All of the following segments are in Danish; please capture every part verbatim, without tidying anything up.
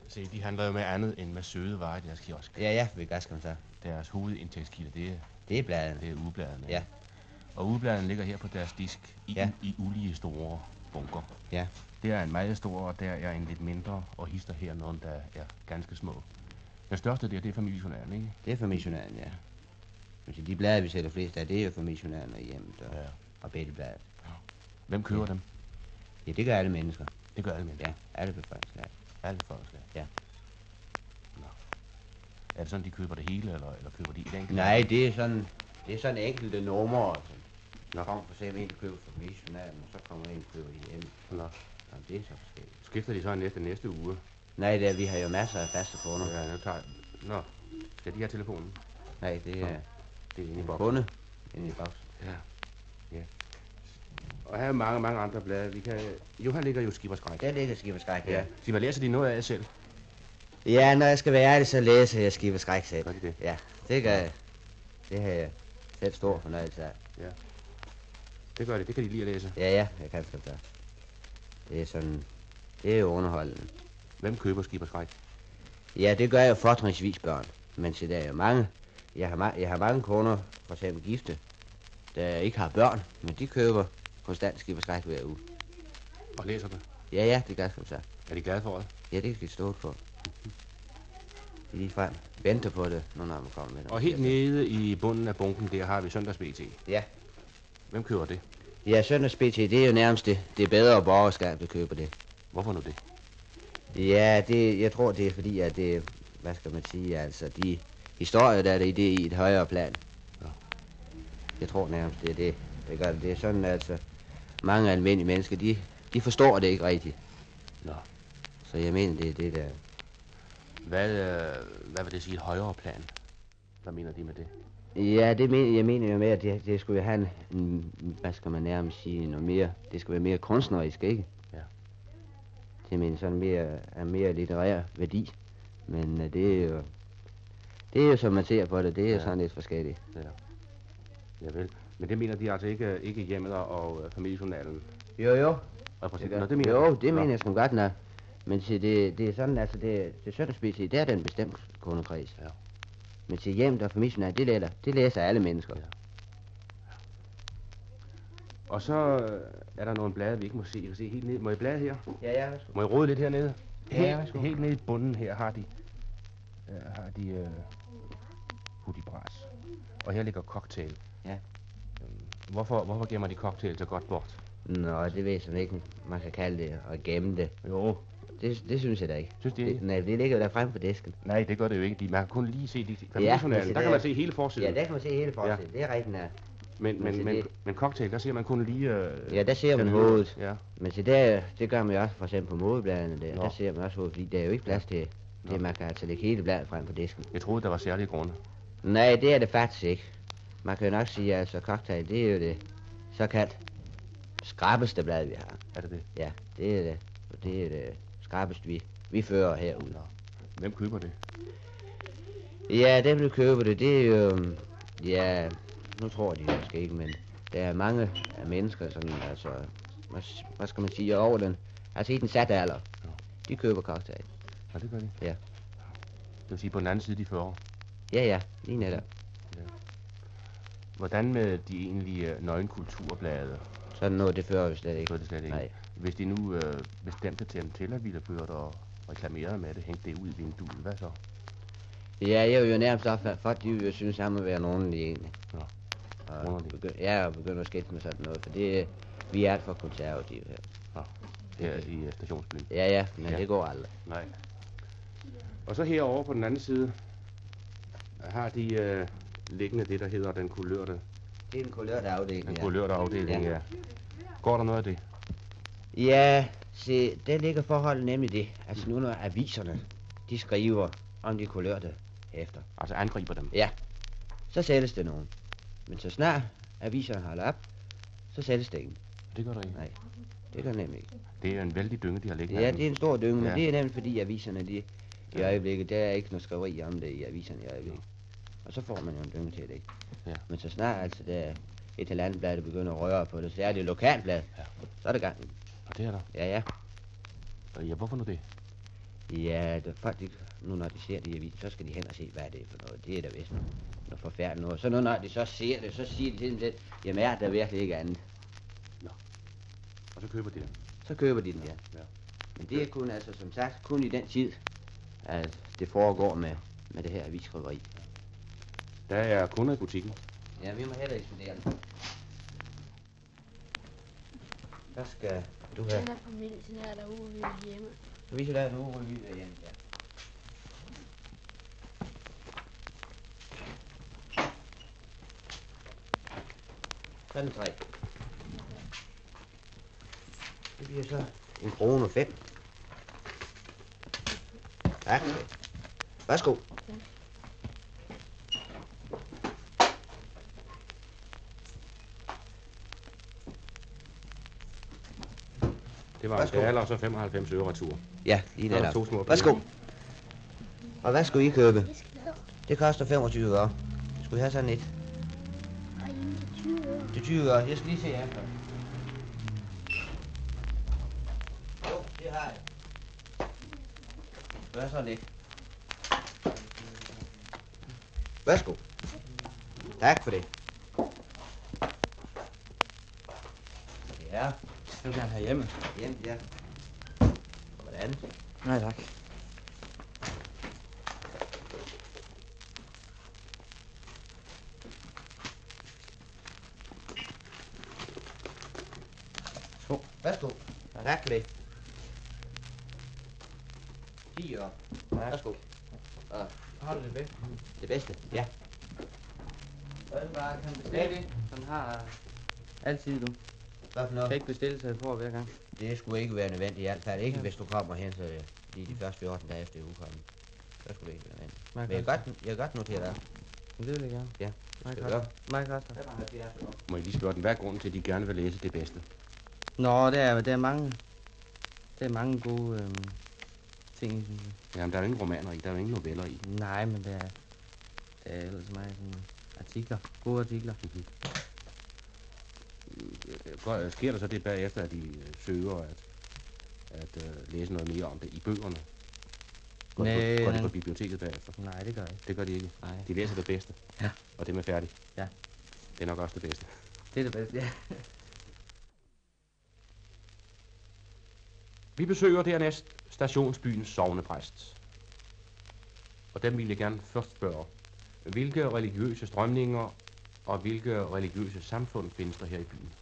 Se, de handler jo med andet end med søde varer i deres kiosk. Ja, ja, ved gaskommentar. Deres hovedindtægtskilde, det er... Det er bladene. Det er ugebladene. Ja. Og ugebladene ligger her på deres disk i, ja. i ulige store bunker. Ja. Det er en meget stor, og der er en lidt mindre, og hister her nogle, der er ganske små. Den største der, det er familiejournalen, ikke? Det er familiejournalen, ja. Men de blade, vi sætter flest af, det er jo familiejournalen og hjemmet og, ja. og Bættebladet. Ja. Hvem køber ja. dem? Ja, det gør alle mennesker. Det gør alle mennesker? Ja, alle befolkningslag. Alle befolkningslag? Ja. Nå. Er det sådan, de køber det hele, eller, eller køber de et enkelt? Nej, det er sådan, det er sådan enkelte numre. Altså. Når kommer for eksempel en, der køber familiejournalen, og så kommer en, der køber hjemme. Nå. Jamen, det er så forskelligt. Skifter de så næste næste uge? Nej, det er, vi har jo masser af faste kunder. Ja, nu tager... Nå, skal de have telefonen? Nej, det er... Nå. Det er inde i boksen. Kunde inde i boksen. Ja. Ja. Og her er mange, mange andre blade. Vi kan... Jo, her ligger jo Skib og Skræk. Der ligger Skib og Skræk, ja. ja. Sig mig, læser de noget af jer selv? Ja, når jeg skal være ærlig, så læser jeg Skib og Skræk selv. Gør de det? Ja, det gør jeg. Det har jeg selv stor fornøjelse af. Ja. Det gør det. Det kan de lige at læse. Ja, ja, jeg kan det. Det er sådan... Det er jo underholdende. Hvem køber Skib og Skræk? Ja, det gør jeg fortrinsvis børn. Men se, der er jo mange... Jeg har, ma- jeg har mange kunder, for eksempel gifte, der ikke har børn, men de køber konstant Skib og Skræk hver uge. Og læser det? Ja, ja, det gør jeg så. Er de glade for det? Ja, det kan de stå for. De lige frem venter på det, når man kommer med dem. Og helt nede i bunden af bunken, der har vi Søndags B T. Ja. Hvem køber det? Ja, Søndags B T, det er jo nærmest det, det er bedre borgerskab, der køber det. Hvorfor nu det? Ja, det, jeg tror, det er fordi, at det, hvad skal man sige, altså, de historier, der er det, det er i et højere plan. Ja. Jeg tror nærmest, det er det. Det gør det. Det er sådan, altså, mange almindelige mennesker, de, de forstår det ikke rigtigt. Nå. Så jeg mener, det er det der. Hvad, øh, hvad vil det sige, et højere plan? Hvad mener de med det? Ja, det mener, jeg mener jo med, at det, det skulle jo have en, en, hvad skal man nærmest sige, noget mere, det skulle være mere kunstnerisk, ikke? Ja. Det mener sådan mere, er mere litterær værdi. Men uh, det er jo, det er jo, som man ser på det, det er ja. sådan lidt forskelligt. Ja. Ja vel. Men det mener de altså ikke, ikke hjemmet og uh, familiejournalen? Jo, jo. Det Nå, det mener jo, det mener jeg sgu godt nok. Men til det, det er sådan, altså det, det søndagsspidse, det er den bestemt kundekreds. Ja. Men til hjemmet og familiejournalen, det læser, det læser alle mennesker. Ja. Ja. Og så er der nogle blade, vi ikke må se. Jeg kan se helt ned. Må jeg blade her? Ja, ja, værsgo. Må jeg rode lidt hernede? Ja, ja, værsgo. Helt, helt nede i bunden her har de, uh, har de uh, Hudibras. Og her ligger cocktail. Ja. Um, hvorfor, hvorfor gemmer de cocktail så godt bort? Nå, det ved jeg sådan ikke, man kan kalde det, og gemme det. Jo. Det, det synes jeg da ikke. Synes de ikke? Det, nej, det ligger jo der fremme på disken. Nej, det gør det jo ikke. De, man kan kun lige se de ja, der kan man se hele forsiden. Ja, der kan man se hele forsiden. Ja. Det er rigtigt, ja. Men, men, men, det... men cocktail, der ser man kun lige... Øh, ja, der ser man hovedet. Ja. Men så der, det gør man jo også for eksempel på modebladene der. Nå. Der ser man også hovedet, fordi der er jo ikke plads til, til at man kan altså lægge hele bladet frem på disken. Jeg troede, der var særlige grunde. Nej, det er det faktisk ikke. Man kan jo nok sige, at altså cocktail, det er jo det såkaldt skrappeste blad, vi har. Er det det? Ja, det er det. Og det er det skrappeste, vi, vi fører herude. Hvem køber det? Ja, dem, der køber det, det er jo... Ja, nu tror de måske ikke, men der er mange af mennesker, sådan, altså... Hvad, hvad skal man sige, over den... Altså i den satte alder. Ja. De køber cocktail. Ja, det gør de? Ja. Det vil sige på den anden side, de fyrre? Ja, ja, lige netop. Ja. Hvordan med de egentlige nøgenkulturblade? Sådan noget, det fører vi slet ikke. Det slet ikke. Nej. Hvis de nu øh, bestemte til en televideført og reklamerede med det, hængte det ud i vinduet, hvad så? Ja, jeg vil jo nærmest opfatte, for de vil jo synes, at han må være en ordentlig egentlig. Ja. Og begy- ja, og begynde at skætte med sådan noget, for det, vi er alt for konservative her. Ja, her okay. i stationsbyen. Ja, ja, men ja. det går aldrig. Nej. Og så herovre på den anden side, har de øh, liggende det, der hedder den kulørte. Det er den kulørte afdeling, Den ja. kulørte afdeling, ja. ja. Går der noget af det? Ja, se, der ligger forholdet nemlig det. Altså nu når aviserne, de skriver om de kulørte hæfter. Altså angriber dem? Ja, så sælges det nogen. Men så snart aviserne holder op, så sælges det ingen. Det gør der ikke? Nej, det gør nemlig ikke. Det er en vældig dynge, de har liggende. Ja, det er en stor dynge, ja. Men det er nemlig fordi aviserne, de, i ja. øjeblikket, der er ikke noget skriveri om det i aviserne i øjeblikket. Og så får man jo en dynge til det, ikke? Ja. Men så snart altså der et eller andet blad, der begynder at røre på det, så er det lokalblad. Ja. Så er det gang. Og det er der? Ja, ja. Og ja, hvorfor nu det? Ja, det faktisk, nu når de ser det i avisen, så skal de hen og se, hvad det er for noget. Det er da vist noget, noget forfærdeligt noget. Så nu når de så ser det, så siger de til dem selv, jamen er der virkelig ikke andet. Nå. Og så køber de den. Så køber de den, ja. Ja. Men det er kun, altså som sagt, kun i den tid, at det foregår med, med det her avisskriveri. Der er kunder i butikken. Ja, vi må heller ekspedere den. Hvad skal du have? Den er på Milsen her derude, vi er hjemme. Så vi skal lave en urevy derhjemme, ja. Sådan tre. Det bliver så en krone og fem. Tak. Værsgo. Det var en daler og så femoghalvfems øre retur. Ja, lige Der er netop. to små Værsgo. Og hvad skulle I købe? Det skal der. Det koster femogtyve øre. Skulle I have sådan et? Ej, det er tyve øre. Det er tyve øre. Jeg skal lige se efter. Jo, det har jeg. Hvad så lidt? Værsgo. Tak for det. Ja. Jeg vil gerne have hjemme. Hjem, ja. Hvordan? Nej, tak. Så, værsgo. Tak for det. ti øre. Værsgo. Og Har du det bedste? det bedste? Ja. Hvad bare kan bestille det? Sådan har altid du. Hvad for Kan noget? ikke bestille sig på hver gang. Det skulle ikke være nødvendigt i hvert fald. Ikke Ja. hvis du kommer hen, så lige de første fjorten dage efter udkommet. Så skulle det ikke være nødvendigt. Mig Men jeg kan godt, jeg kan godt notere dig. Det vil jeg gerne. Ja. Mig Skal vi koster. Mig koster. Må jeg lige spørge den, hvad er grunden til, at de gerne vil læse det bedste? Nå, der er, der er mange, der er mange gode øhm, ting i den. Jamen, der er jo ingen romaner i, der er jo ingen noveller i. Nej, men der er, der er ellers meget sådan artikler. Gode artikler. Mm-hmm. Går- Sker der så det bagefter, at de øh, søger at, at uh, læse noget mere om det i bøgerne? Går, de, Nej, på, går de nej. på biblioteket bagefter? Nej, det gør jeg ikke. Det gør de ikke. Nej, De læser det bedste. Ja. Og det med færdigt. Ja. Det er nok også det bedste. det er det bedste, ja. Vi besøger dernæst stationsbyens sognepræst. Og dem vil jeg gerne først spørge. Hvilke religiøse strømninger og hvilke religiøse samfund findes der her i byen?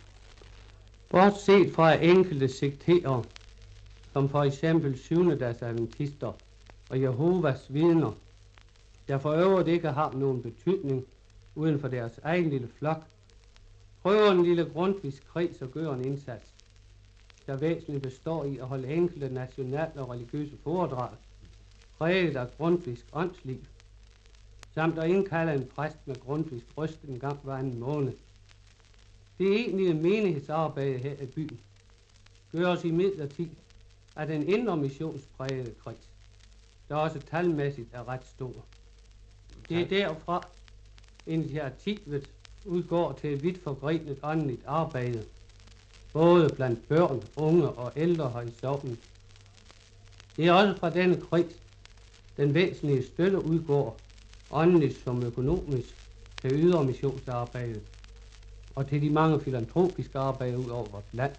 Bortset fra enkelte sekterer, som for eksempel syvendedags adventister og Jehovas vidner, der for øvrigt ikke har nogen betydning uden for deres egen lille flok, prøver en lille Grundtvigs kreds at gøre en indsats, der væsentligt består i at holde enkelte nationale og religiøse foredrag, præget af Grundtvigs åndsliv, samt at indkalde en præst med Grundtvigs røst en gang hver anden måned. Det egentlige menighedsarbejde her i byen gøres imidlertid af den indre missionsprægede kreds, der også talmæssigt er ret stor. Det er derfra, initiativet udgår til et vidt forgrenet åndeligt arbejde, både blandt børn, unge og ældre her i sognet. Det er også fra denne kreds, den væsentlige støtte udgår, åndeligt som økonomisk, til ydre missionsarbejde og til de mange filantropiske arbejder ud over vort land.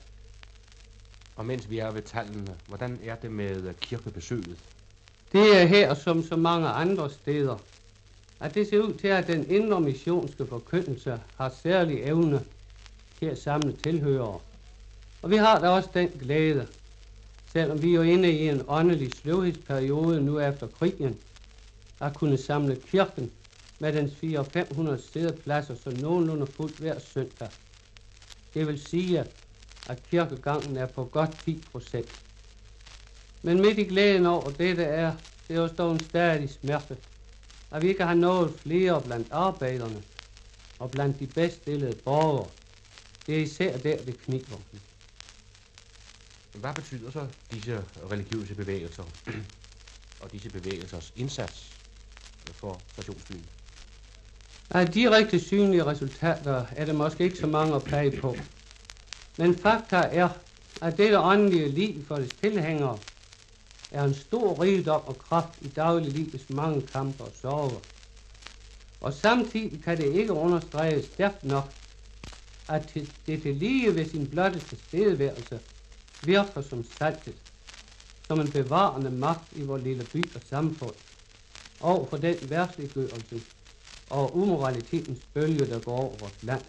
Og mens vi er ved tallene, hvordan er det med kirkebesøget? Det er her som så mange andre steder, at det ser ud til, at den indre missionske forkyndelse har særlig evne til at samle tilhørere. Og vi har da også den glæde, selvom vi er jo inde i en åndelig sløvhedsperiode nu efter krigen, at kunne samle kirken med dens fire hundrede til fem hundrede sædepladser så nogenlunde fuldt hver søndag. Det vil sige, at kirkegangen er på godt ti procent. Men midt i glæden over dette er, det er jo dog en stadig smerte, at vi ikke har nået flere blandt arbejderne og blandt de bedst stillede borgere. Det er især der, det kniber. Hvad betyder så disse religiøse bevægelser og disse bevægelsers indsats for stationsbyen? Af direkte synlige resultater er der måske ikke så mange at pege på. Men fakta er, at dette åndelige liv for dets tilhængere er en stor rigdom og kraft i dagliglivets mange kampe og sorger. Og samtidig kan det ikke understreges stærkt nok, at det til lige ved sin blotte tilstedeværelse virker som saltet, som en bevarende magt i vores lille by og samfund, over for den værtsliggørelse og umoralitetens bølge, der går over vores land.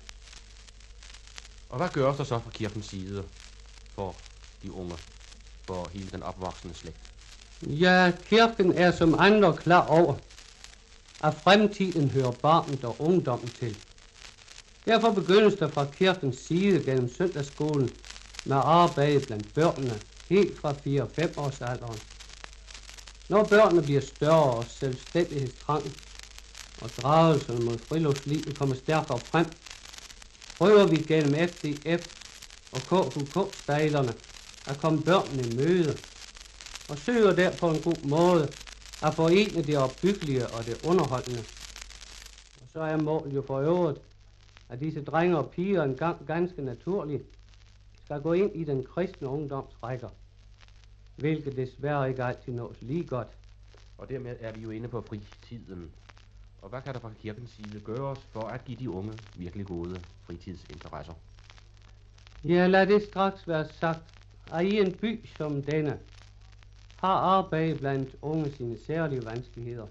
Og hvad gøres der så fra kirkens side for de unge, for hele den opvoksende slægt? Ja, kirken er som andre klar over, at fremtiden hører barnet og ungdommen til. Derfor begyndes der fra kirkens side gennem søndagsskolen med arbejde blandt børnene helt fra fire og fem års alderen. Når børnene bliver større og selvstændighedstrang og dragelserne mod friluftslivet kommer stærkere frem, prøver vi gennem F D F og K F U K-stejlerne at komme børnene i møde og søger der på en god måde at forene det opbyggelige og det underholdende. Og så er målet jo for øvrigt, at disse drenge og piger en gang ganske naturligt skal gå ind i den kristne ungdomsrækker, hvilket desværre ikke altid nås lige godt. Og dermed er vi jo inde på fritiden. Og hvad kan der fra kirkens side gøres for at give de unge virkelig gode fritidsinteresser? Ja, lad det straks være sagt, at i en by som denne har arbejde blandt unge sine særlige vanskeligheder.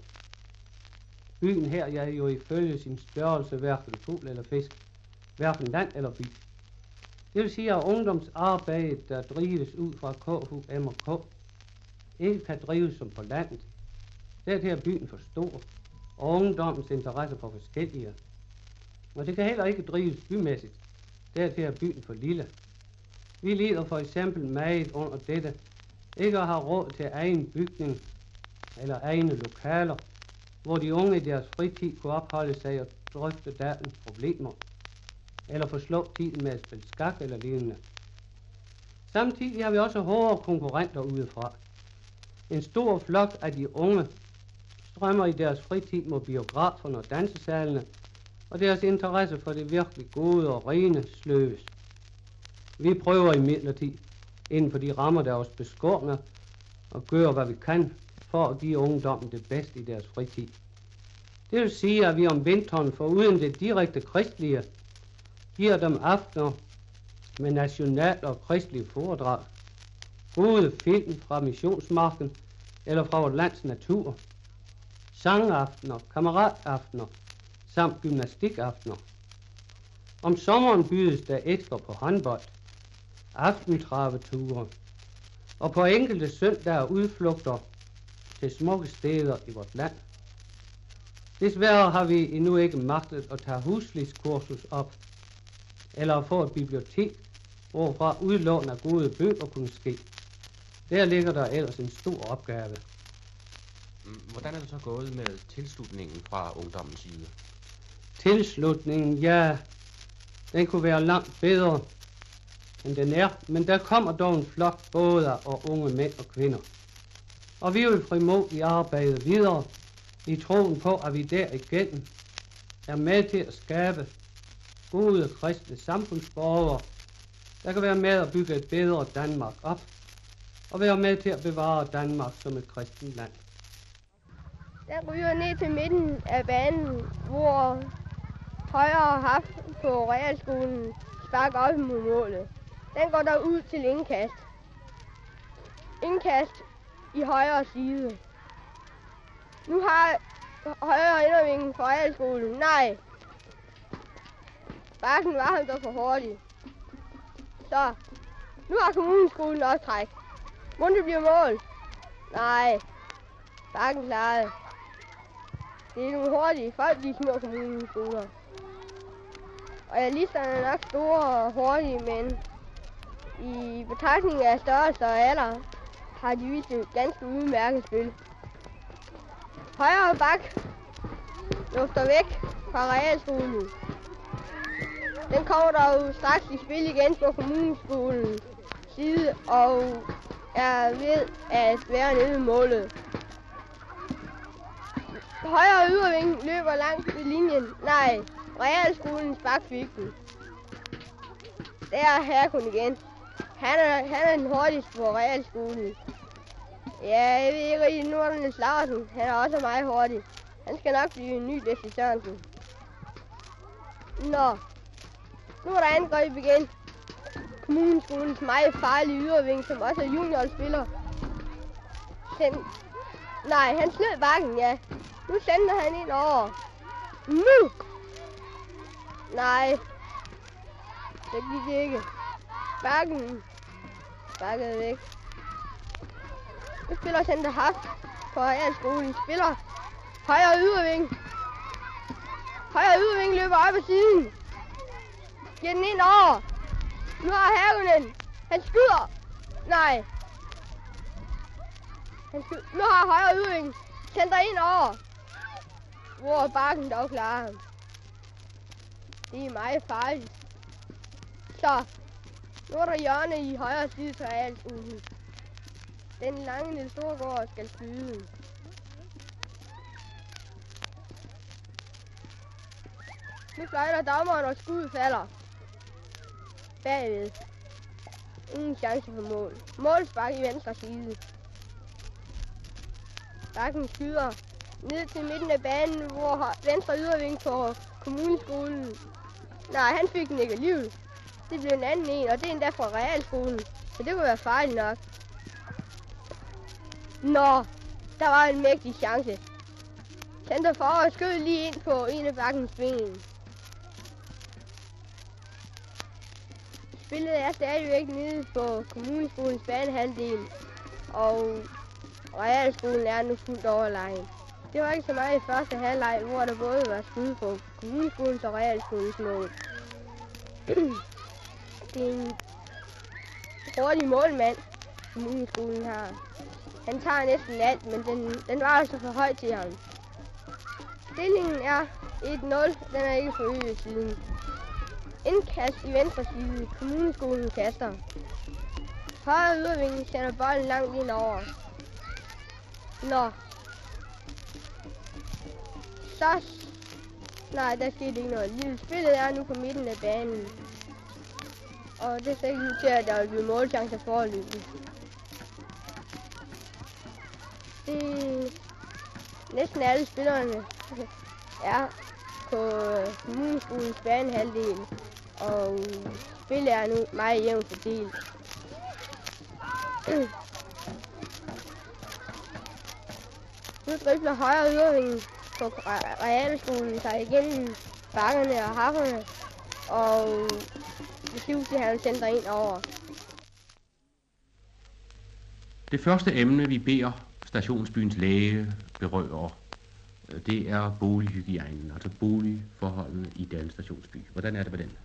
Byen her er jo ifølge sin størrelse hverken fugl eller fisk, hverken land eller by. Det vil sige, at ungdomsarbejdet, der drives ud fra K F U M og K, ikke kan drives som på landet. Dertil er byen for stor, og ungdommens interesse for forskellige. Og det kan heller ikke drives bymæssigt. Dertil er byen for lille. Vi lider for eksempel meget under dette, ikke at have råd til egen bygning eller egne lokaler, hvor de unge i deres fritid kunne opholde sig og drøfte dagens problemer, eller forslå tiden med at spille skak eller lignende. Samtidig har vi også hårde konkurrenter udefra. En stor flok af de unge strømmer i deres fritid mod biograferne og dansesalene, og deres interesse for det virkelig gode og rene sløves. Vi prøver imidlertid, inden for de rammer, der er os beskårne, og gøre, hvad vi kan for at give ungdommen det bedste i deres fritid. Det vil sige, at vi om vinteren, foruden det direkte kristelige, giver dem aftener med national og kristelige foredrag, gode film fra missionsmarken eller fra vort lands natur, sangaftener, kammerataftener samt gymnastikaftener. Om sommeren bydes der ekstra på håndbold, aftentraveture og på enkelte søndage udflugter til smukke steder i vort land. Desværre har vi endnu ikke magtet at tage husligtskursus op, eller at få et bibliotek, hvorfra udlån af gode bøger kunne ske. Der ligger der ellers en stor opgave. Hvordan er det så gået med tilslutningen fra ungdommens side? Tilslutningen, ja, den kunne være langt bedre, end den er, men der kommer dog en flok både og unge mænd og kvinder. Og vi vil frimodigt arbejde videre i troen på, at vi derigennem er med til at skabe gode kristne samfundsborgere, der kan være med at bygge et bedre Danmark op, og være med til at bevare Danmark som et kristent land. Den ryger ned til midten af banen, hvor højre haft på realskolen sparker op mod målet. Den går der ud til indkast. Indkast i højre side. Nu har højre indervingen for realskolen. Nej. Bakken var han så for hurtig. Så. Nu har kommuneskolen også træk. Må det blive mål? Nej. Bakken klarede. Det er nogle hurtige folk, de små kommuneskoler. Og realisterne er nok store og hurtige, men i betragtning af størrelse og alder har de vist et ganske udmærket spil. Højre bak lufter væk fra realskolen. Den kommer dog straks i spil igen på kommuneskolens side og er ved at være nede i målet. Højre yderving løber langt ved linjen. Nej, realskolens bak fik den. Der er Herkon igen. Han er, han er den hurtigste på realskolen. Ja, jeg ved ikke rigtig, nu er der Niels Larsen. Han er også meget hurtig. Han skal nok blive en ny Leslie Sørensen. Nå. Nu er der angreb igen. Kommuneskolens meget farlige yderving, som også er juniorspiller. Den... Nej, han snød bakken, ja. Nu sender han ind over. Nu! Nej. Det gik ikke. Bakken. Bakkede væk. Nu spiller Center Haft på Realskolen. Spiller højre yderving. Højre yderving løber op ad siden. Giver den ind over. Nu har Hagunen. Han skyder. Nej. Han skyder. Nu har højre yderving. Center ind over. Hvor bakken dog klarer ham. Det er meget farligt. Så. Nu er der hjørne i højre side til Realskolen. Den lange Niels Storgård skal skyde. Nu fløjter dommeren, og skuddet falder. Bagved. Ingen chance for mål. Målspark i venstre side. Bakken skyder ned til midten af banen, hvor venstre yderving på kommuneskolen. Nej, han fik den ikke alligevel. Det blev en anden en, og det er endda fra Realskolen. Så det kunne være farligt nok. Nå, der var en mægtig chance. Center for skød lige ind på en af bakkens ben. Spillet er stadigvæk nede på kommuneskolens banehalvdel, og Realskolen er nu fuldt overlegen. Det var ikke så meget i første halvleg, hvor der både var skud på kommuneskolens og Realskolens mål. Det er en hurtig målmand, kommuneskolen har. Han tager næsten alt, men den, den var altså for høj til ham. Stillingen er et nul, den er ikke forøget siden. Indkast i venstre side, kommuneskolen kaster. Højre ydervingen sender bolden langt ind over. Nå. Så... Nej, der skete ikke noget. Lille spillet er nu på midten af banen. Og det ser ikke ud til, at der vil blive målchancer foreløbig. Det... Næsten alle spillerne er på kommuneskolens banehalvdel, og spillet er nu meget jævnt fordelt. Nu dribler højre ydervingen på Realskolen sig igennem bakkerne og hafferne, og det ser ud til, at han sender ind over. Det første emne, vi beder stationsbyens læge berøre, det er bolighygiejnen, altså boligforholdene i den stationsby. Hvordan er det med den?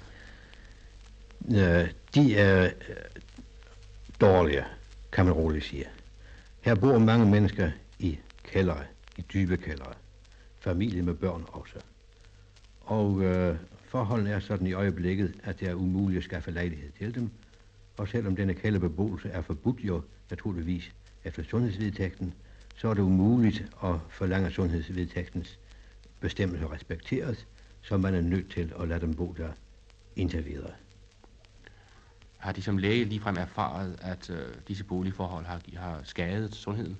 Øh, de er øh, dårlige, kan man roligt sige. Her bor mange mennesker i kældre, i dybe kældre. Familie med børn også. Og øh, forholdene er sådan i øjeblikket, at det er umuligt at skaffe lejlighed til dem. Og selvom denne kælderbeboelse er forbudt jo naturligvis efter sundhedsvedtægten, så er det umuligt at forlange sundhedsvedtægtens bestemmelser respekteret, så man er nødt til at lade dem bo der indtil videre. Har de som læge ligefrem erfaret, at øh, disse boligforhold har, har skadet sundheden?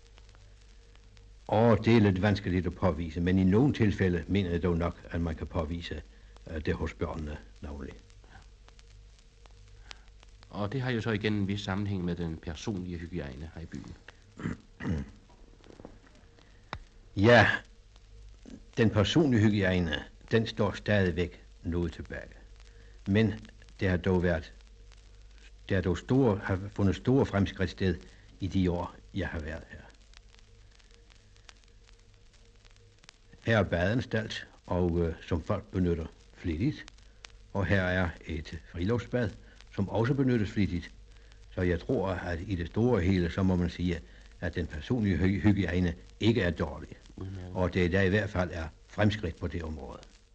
Og det er lidt vanskeligt at påvise, men i nogle tilfælde mener jeg dog nok, at man kan påvise uh, det hos børnene navnlig. Og det har jo så igen en vis sammenhæng med den personlige hygiejne her i byen. Ja, den personlige hygiejne, den står stadigvæk noget tilbage. Men det har dog været, det har dog store, har fundet store fremskridt sted i de år, jeg har været her. Her er badeanstalt, og øh, som folk benytter flittigt. Og her er et friluftsbad, som også benyttes flittigt. Så jeg tror, at i det store hele, så må man sige, at den personlige hy- hygiejne ikke er dårlig. Mm. Og det der i hvert fald er fremskridt på det område.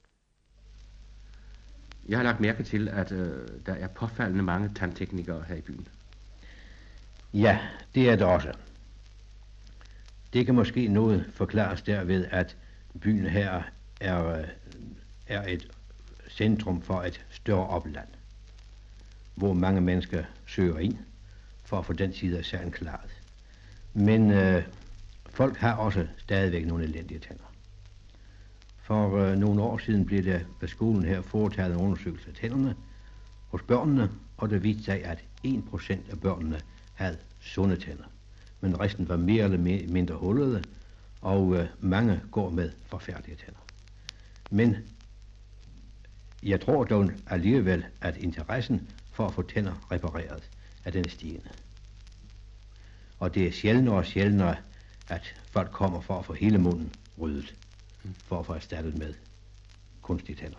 Jeg har lagt mærke til, at øh, der er påfaldende mange tandteknikere her i byen. Ja, det er det også. Det kan måske noget forklares derved, at byen her er, er et centrum for et større opland, hvor mange mennesker søger ind for at få den side af sagen klaret. Men øh, folk har også stadigvæk nogle elendige tænder. For øh, nogle år siden blev der ved skolen her foretaget en undersøgelse af tænderne hos børnene, og det viste sig, at en procent af børnene havde sunde tænder. Men resten var mere eller mindre hullede, og øh, mange går med forfærdelige tænder. Men jeg tror dog alligevel, at interessen for at få tænder repareret, at den er stigende. Og det er sjældnere og sjældnere, at folk kommer for at få hele munden ryddet, for at få erstattet med kunstige tænder.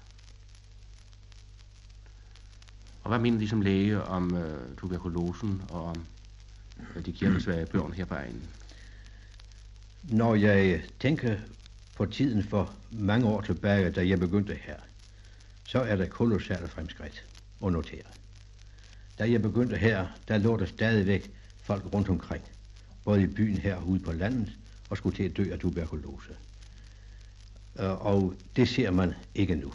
Og hvad mener de som læge om øh, tuberkulosen og om øh, de kirkesvage børn her på egnen? Når jeg tænker på tiden for mange år tilbage, da jeg begyndte her, så er der kolossale fremskridt at notere. Da jeg begyndte her, der lå der stadigvæk folk rundt omkring, både i byen her og ude på landet, og skulle til at dø af tuberkulose. Og det ser man ikke nu.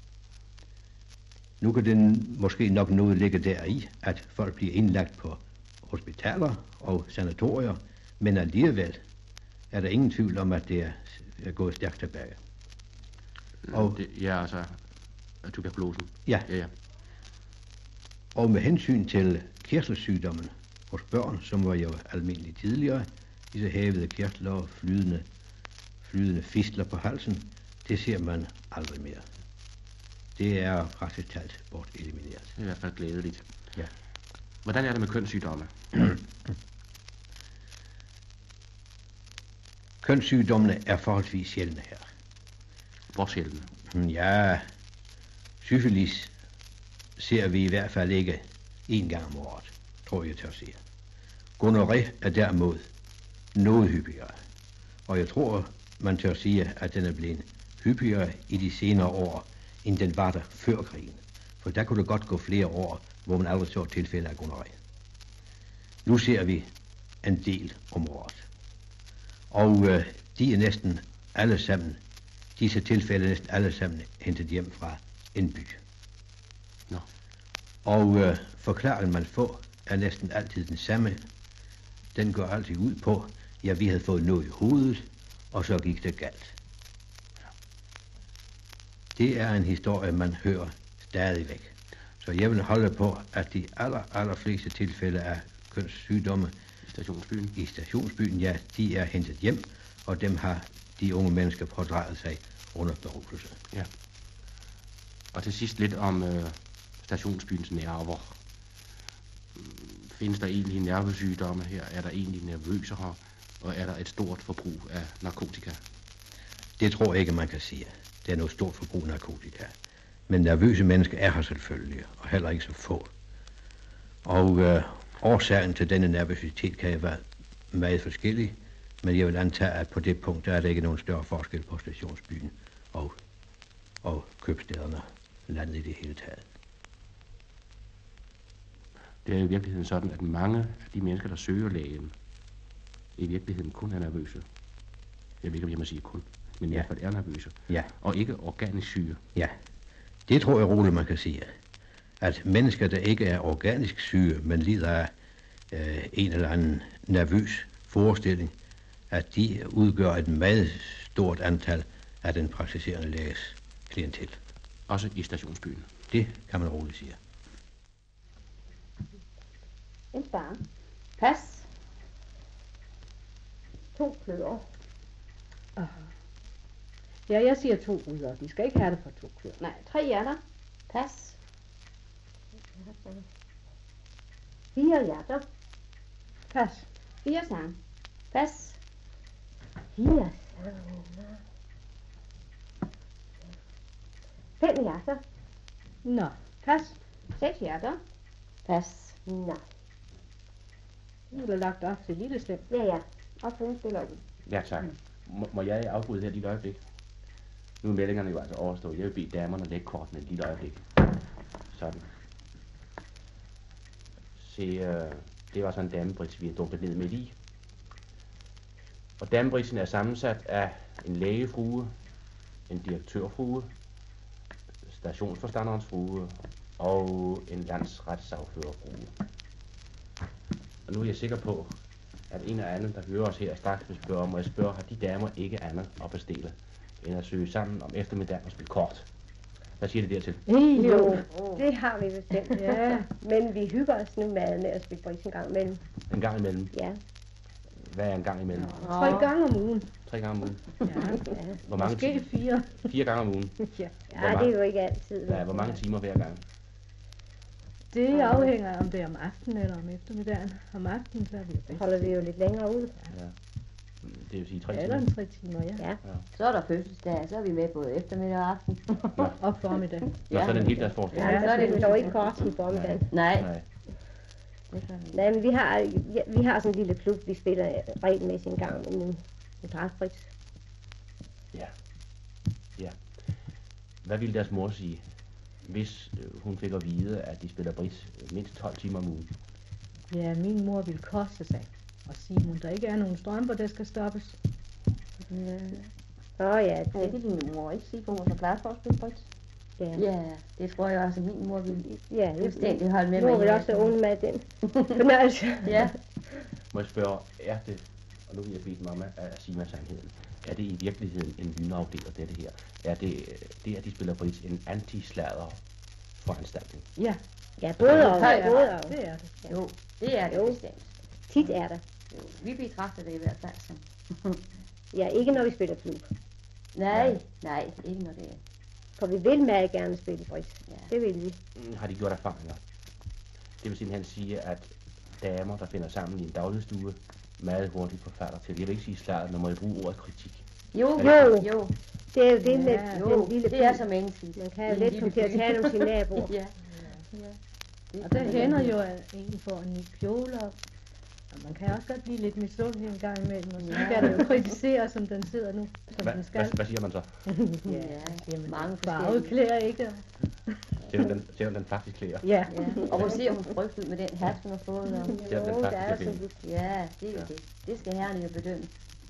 Nu kan det måske nok noget ligge deri, at folk bliver indlagt på hospitaler og sanatorier, men alligevel er der ingen tvivl om, at det er gået stærkt tilbage. Og det, ja, altså tuberkulosen. Ja. ja, ja. Og med hensyn til kærslesygdommen hos børn, som var jo almindeligt tidligere, disse hævede kærstler og flydende, flydende fistler på halsen, det ser man aldrig mere. Det er praktisk talt bort elimineret. Det er i hvert fald glædeligt. Ja. Hvordan er det med kønssygdomme? Kønssygdommene er forholdsvis sjældne her. Hvor sjældne? Ja, syfilis ser vi i hvert fald ikke en gang om året, tror jeg til at sige. Gonorré er derimod noget hyppigere, og jeg tror, man tør sige, at den er blevet hyppigere i de senere år, end den var der før krigen. For der kunne det godt gå flere år, hvor man aldrig så tilfælde af gonorré. Nu ser vi en del om året. Og øh, de er næsten alle sammen, disse tilfælde er næsten alle sammen hentet hjem fra en by. Nå. Og øh, forklaringen man får er næsten altid den samme. Den går altid ud på, ja, vi havde fået noget i hovedet, og så gik det galt. Det er en historie, man hører stadigvæk. Så jeg vil holde på, at de aller, aller fleste tilfælde af kønssygdomme I stationsbyen? I stationsbyen, ja, de er hentet hjem, og dem har de unge mennesker pådraget sig under beruselse. Ja. Og til sidst lidt om øh, stationsbyens nerver. Findes der egentlig nervesygdomme her? Er der egentlig nervøse her? Og er der et stort forbrug af narkotika? Det tror jeg ikke, man kan sige. Det er noget stort forbrug af narkotika. Men nervøse mennesker er her selvfølgelig, og heller ikke så få. Og øh, årsagen til denne nervøsitet kan være meget forskellig, men jeg vil antage, at på det punkt, der er der ikke nogen større forskel på stationsbyen og, og købstederne, landet i det hele taget. Det er i virkeligheden sådan, at mange af de mennesker, der søger lægen, i virkeligheden kun er nervøse. Jeg ved ikke, om jeg må sige kun, men i Ja. hvert fald er nervøse. Ja. Og ikke organisk syge. Ja, det tror jeg roligt, man kan sige. At mennesker, der ikke er organisk syge, men lider af øh, en eller anden nervøs forestilling, at de udgør et meget stort antal af den praktiserende læges klientel. Også i stationsbyen. Det kan man roligt sige. En barn. Pas. To kløer. Aha. Ja, jeg siger to ruder. Vi skal ikke have det for to kløer. Nej, tre hjerter. Pas. Fire hjerter. Pas. Fire sang. Pas. Fire. Fem hjerter. Nå, pas. Seks hjerter. Pas. Nej. Nu er der lagt op til lille slem. Ja, ja. Og fem spiller den. Ja, tak. Må, må jeg afbryde her et lille øjeblik? Nu er meldingerne jo altså overstået. Jeg vil bede damerne lægge kortene et lille øjeblik. Sådan. Se, øh, det var sådan en damebrits, vi har dumpet ned midt i. Og damebritsen er sammensat af en lægefrue, en direktørfrue, stationsforstanderens frue og en landsretssagførerfrue. Og nu er jeg sikker på, at en af andre, der hører os her, straks vil spørge, må jeg spørge, har de damer ikke andet at bestille, end at søge sammen om eftermiddagen og spille kort? Hvad siger det dertil? Jo, det har vi bestemt. Ja. Men vi hygger os nu med, med at spille bridge en gang imellem. En gang imellem? Ja. Hvad er en gang imellem? Tre gange om ugen. Tre gange om ugen? Ja. Hvor mange Måske timer? fire. Fire gange om ugen? Ja. Ja, det er jo ikke altid. Ja, hvor mange timer hver gang? Det afhænger af, om det er om aftenen eller om eftermiddagen. Om aftenen, så er vi jo bedst. Holder vi jo lidt længere ud. Ja. Det vil sige tre Eller timer? en tre timer, ja. Ja. Ja. Så er der fødselsdag, så er vi med både eftermiddag og aften. Og formiddag. Nå, så er det en hel dags forskel. Ja, så er det dog ikke kort som formiddagen. Nej. Nej. Nej, men vi har, vi, vi har sådan en lille klub, vi spiller regelmæssigt en gang om ugen. En dragtbridge. Ja. Ja. Hvad ville deres mor sige, hvis øh, hun fik at vide, at de spiller bridge mindst tolv timer om ugen? Ja, min mor vil koste sig og sige, at der ikke er nogen strømper, der skal stoppes. Åh oh, ja, Det det, kan din mor ikke sige, for hun er så glad for at spille bridge. ja. Ja, det tror jeg også, at min mor ville Ja, det fuldstændig holde med mor mig. vil også unge med den fornøjelse. Ja. Må jeg spørge, er det, og nu vil jeg bede mamma at sige mig sandheden, er det i virkeligheden en lynafdeler, dette her? Er det, det at de spiller bridge, en anti-sladder foranstaltning? Ja, Ja, både og. Ja, Både og. det er det. Jo, det er det Jo. bestemt. Tit er der. Jo, vi betragter det i hvert fald som. Ja, ikke når vi spiller klub. Nej, nej, ikke når det er. For vi vil meget gerne spille bridge. Ja. Det vil vi. Mm, Har de gjort erfaringer? Det vil simpelthen sige, at damer, der finder sammen i en dagligstue, meget hurtigt forfatter til. Jeg vil ikke sige sladder, men må jeg bruge ordet kritik? Jo, Er Jo. jo, Det er jo det med Ja, jo, den lille det er by. så menneskeligt. Man kan I jo en let lille komme til at by. tale om sine naboer. Ja. Ja. Og der hænder jo, at en får en ny kjole op. Og man kan også godt blive lidt misundelig en gang imellem, og så Ja. skal det jo kritisere, som den sidder nu, som Hvad, den hvad, skal. hvad siger man så? Ja, Jamen, mange farvet forskellige. klæder ikke. Selvom den, selvom den faktisk klæder. Ja. Ja. Og hvor ser hun frygt ud med den hat, hun har fået. Og... Selvom den Jo, der er faktisk er så pæn. Ja, det er jo det. Det skal herren jo bedømme.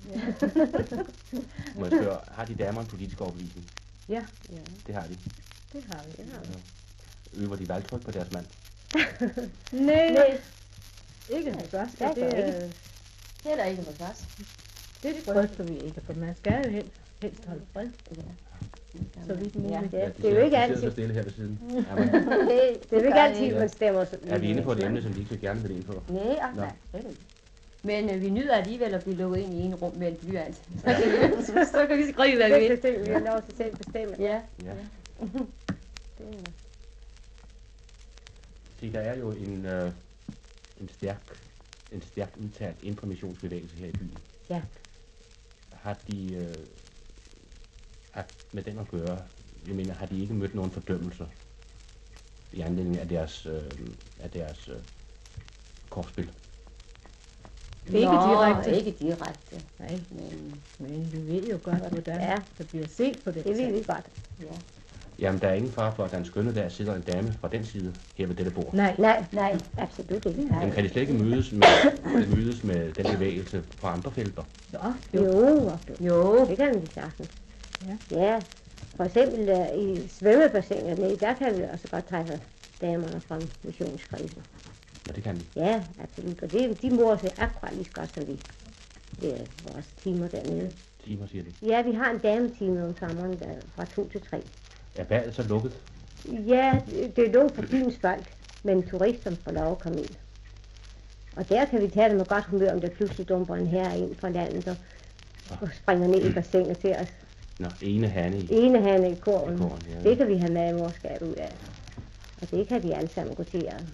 Må jeg spørge, har de damer en politisk overbevisning? Ja, Det har de. det har vi. Det har vi. Øver de valgtryk på deres mand? Nej, Nej. ikke hos os. Ja, Det, det er øh, Heller ikke hos os. det frygter vi ikke, for man skal jo helst, helst holde fred, så vidt muligt. Ja, det er jo ikke de altid. sidder så stille her ved siden. Er, man, Det, det er jo ikke altid, man stemmer. så- er vi inde på et emne, som de ikke så gerne vil ind på? Nej, ach, Nå. nej, slet ikke. Men øh, vi nyder alligevel at blive lukket ind i en rum med en blyant. Så, kan vi, så, så kan vi skrive, hvad vi Det vil. bestemmer vi har lov til selv bestemme. Ja. Ja. Det er- Se, der er jo en, øh, en stærk, en stærk udtalt informationsbevægelse her i byen. Ja. Har de øh, haft med den at gøre, jeg mener, har de ikke mødt nogen fordømmelser i anledning af deres, øh, af deres øh, korpsspil? Ikke Nå, direkte. ikke direkte. Nej, Men men vi ved jo godt, hvordan Ja. der bliver set på det. Det ved vi godt. ja. Jamen, der er ingen far for, at der en skønne der sidder en dame fra den side her ved dette bord. Nej, Nej, Nej, absolut ikke. Men kan de slet ikke mødes med, mødes med den bevægelse fra andre felter? så, Jo, jo. jo. det kan vi sagtens. Ja. Ja, for eksempel uh, i svømmebassinet, der kan vi også godt træffe damerne fra missionskredsen. Ja, det kan de. Ja, absolut. Og det, de morer sig akkurat lige så godt som vi. Det er vores timer dernede. Timer, siger de. Ja, vi har en dametime om sommeren der, fra to til tre. Er badet så lukket? Ja, det det er lukket for byens folk, men turisterne får lov at komme ind. Og der kan vi tage det med godt humør, om der pludselig dumper en herre ind fra landet og, og springer ned i bassinet til os. Nå, ene hane i. Ene hane i kurven. I kurven, ja. Det kan vi have med i morskab ud af. Og det kan de alle sammen gå til at...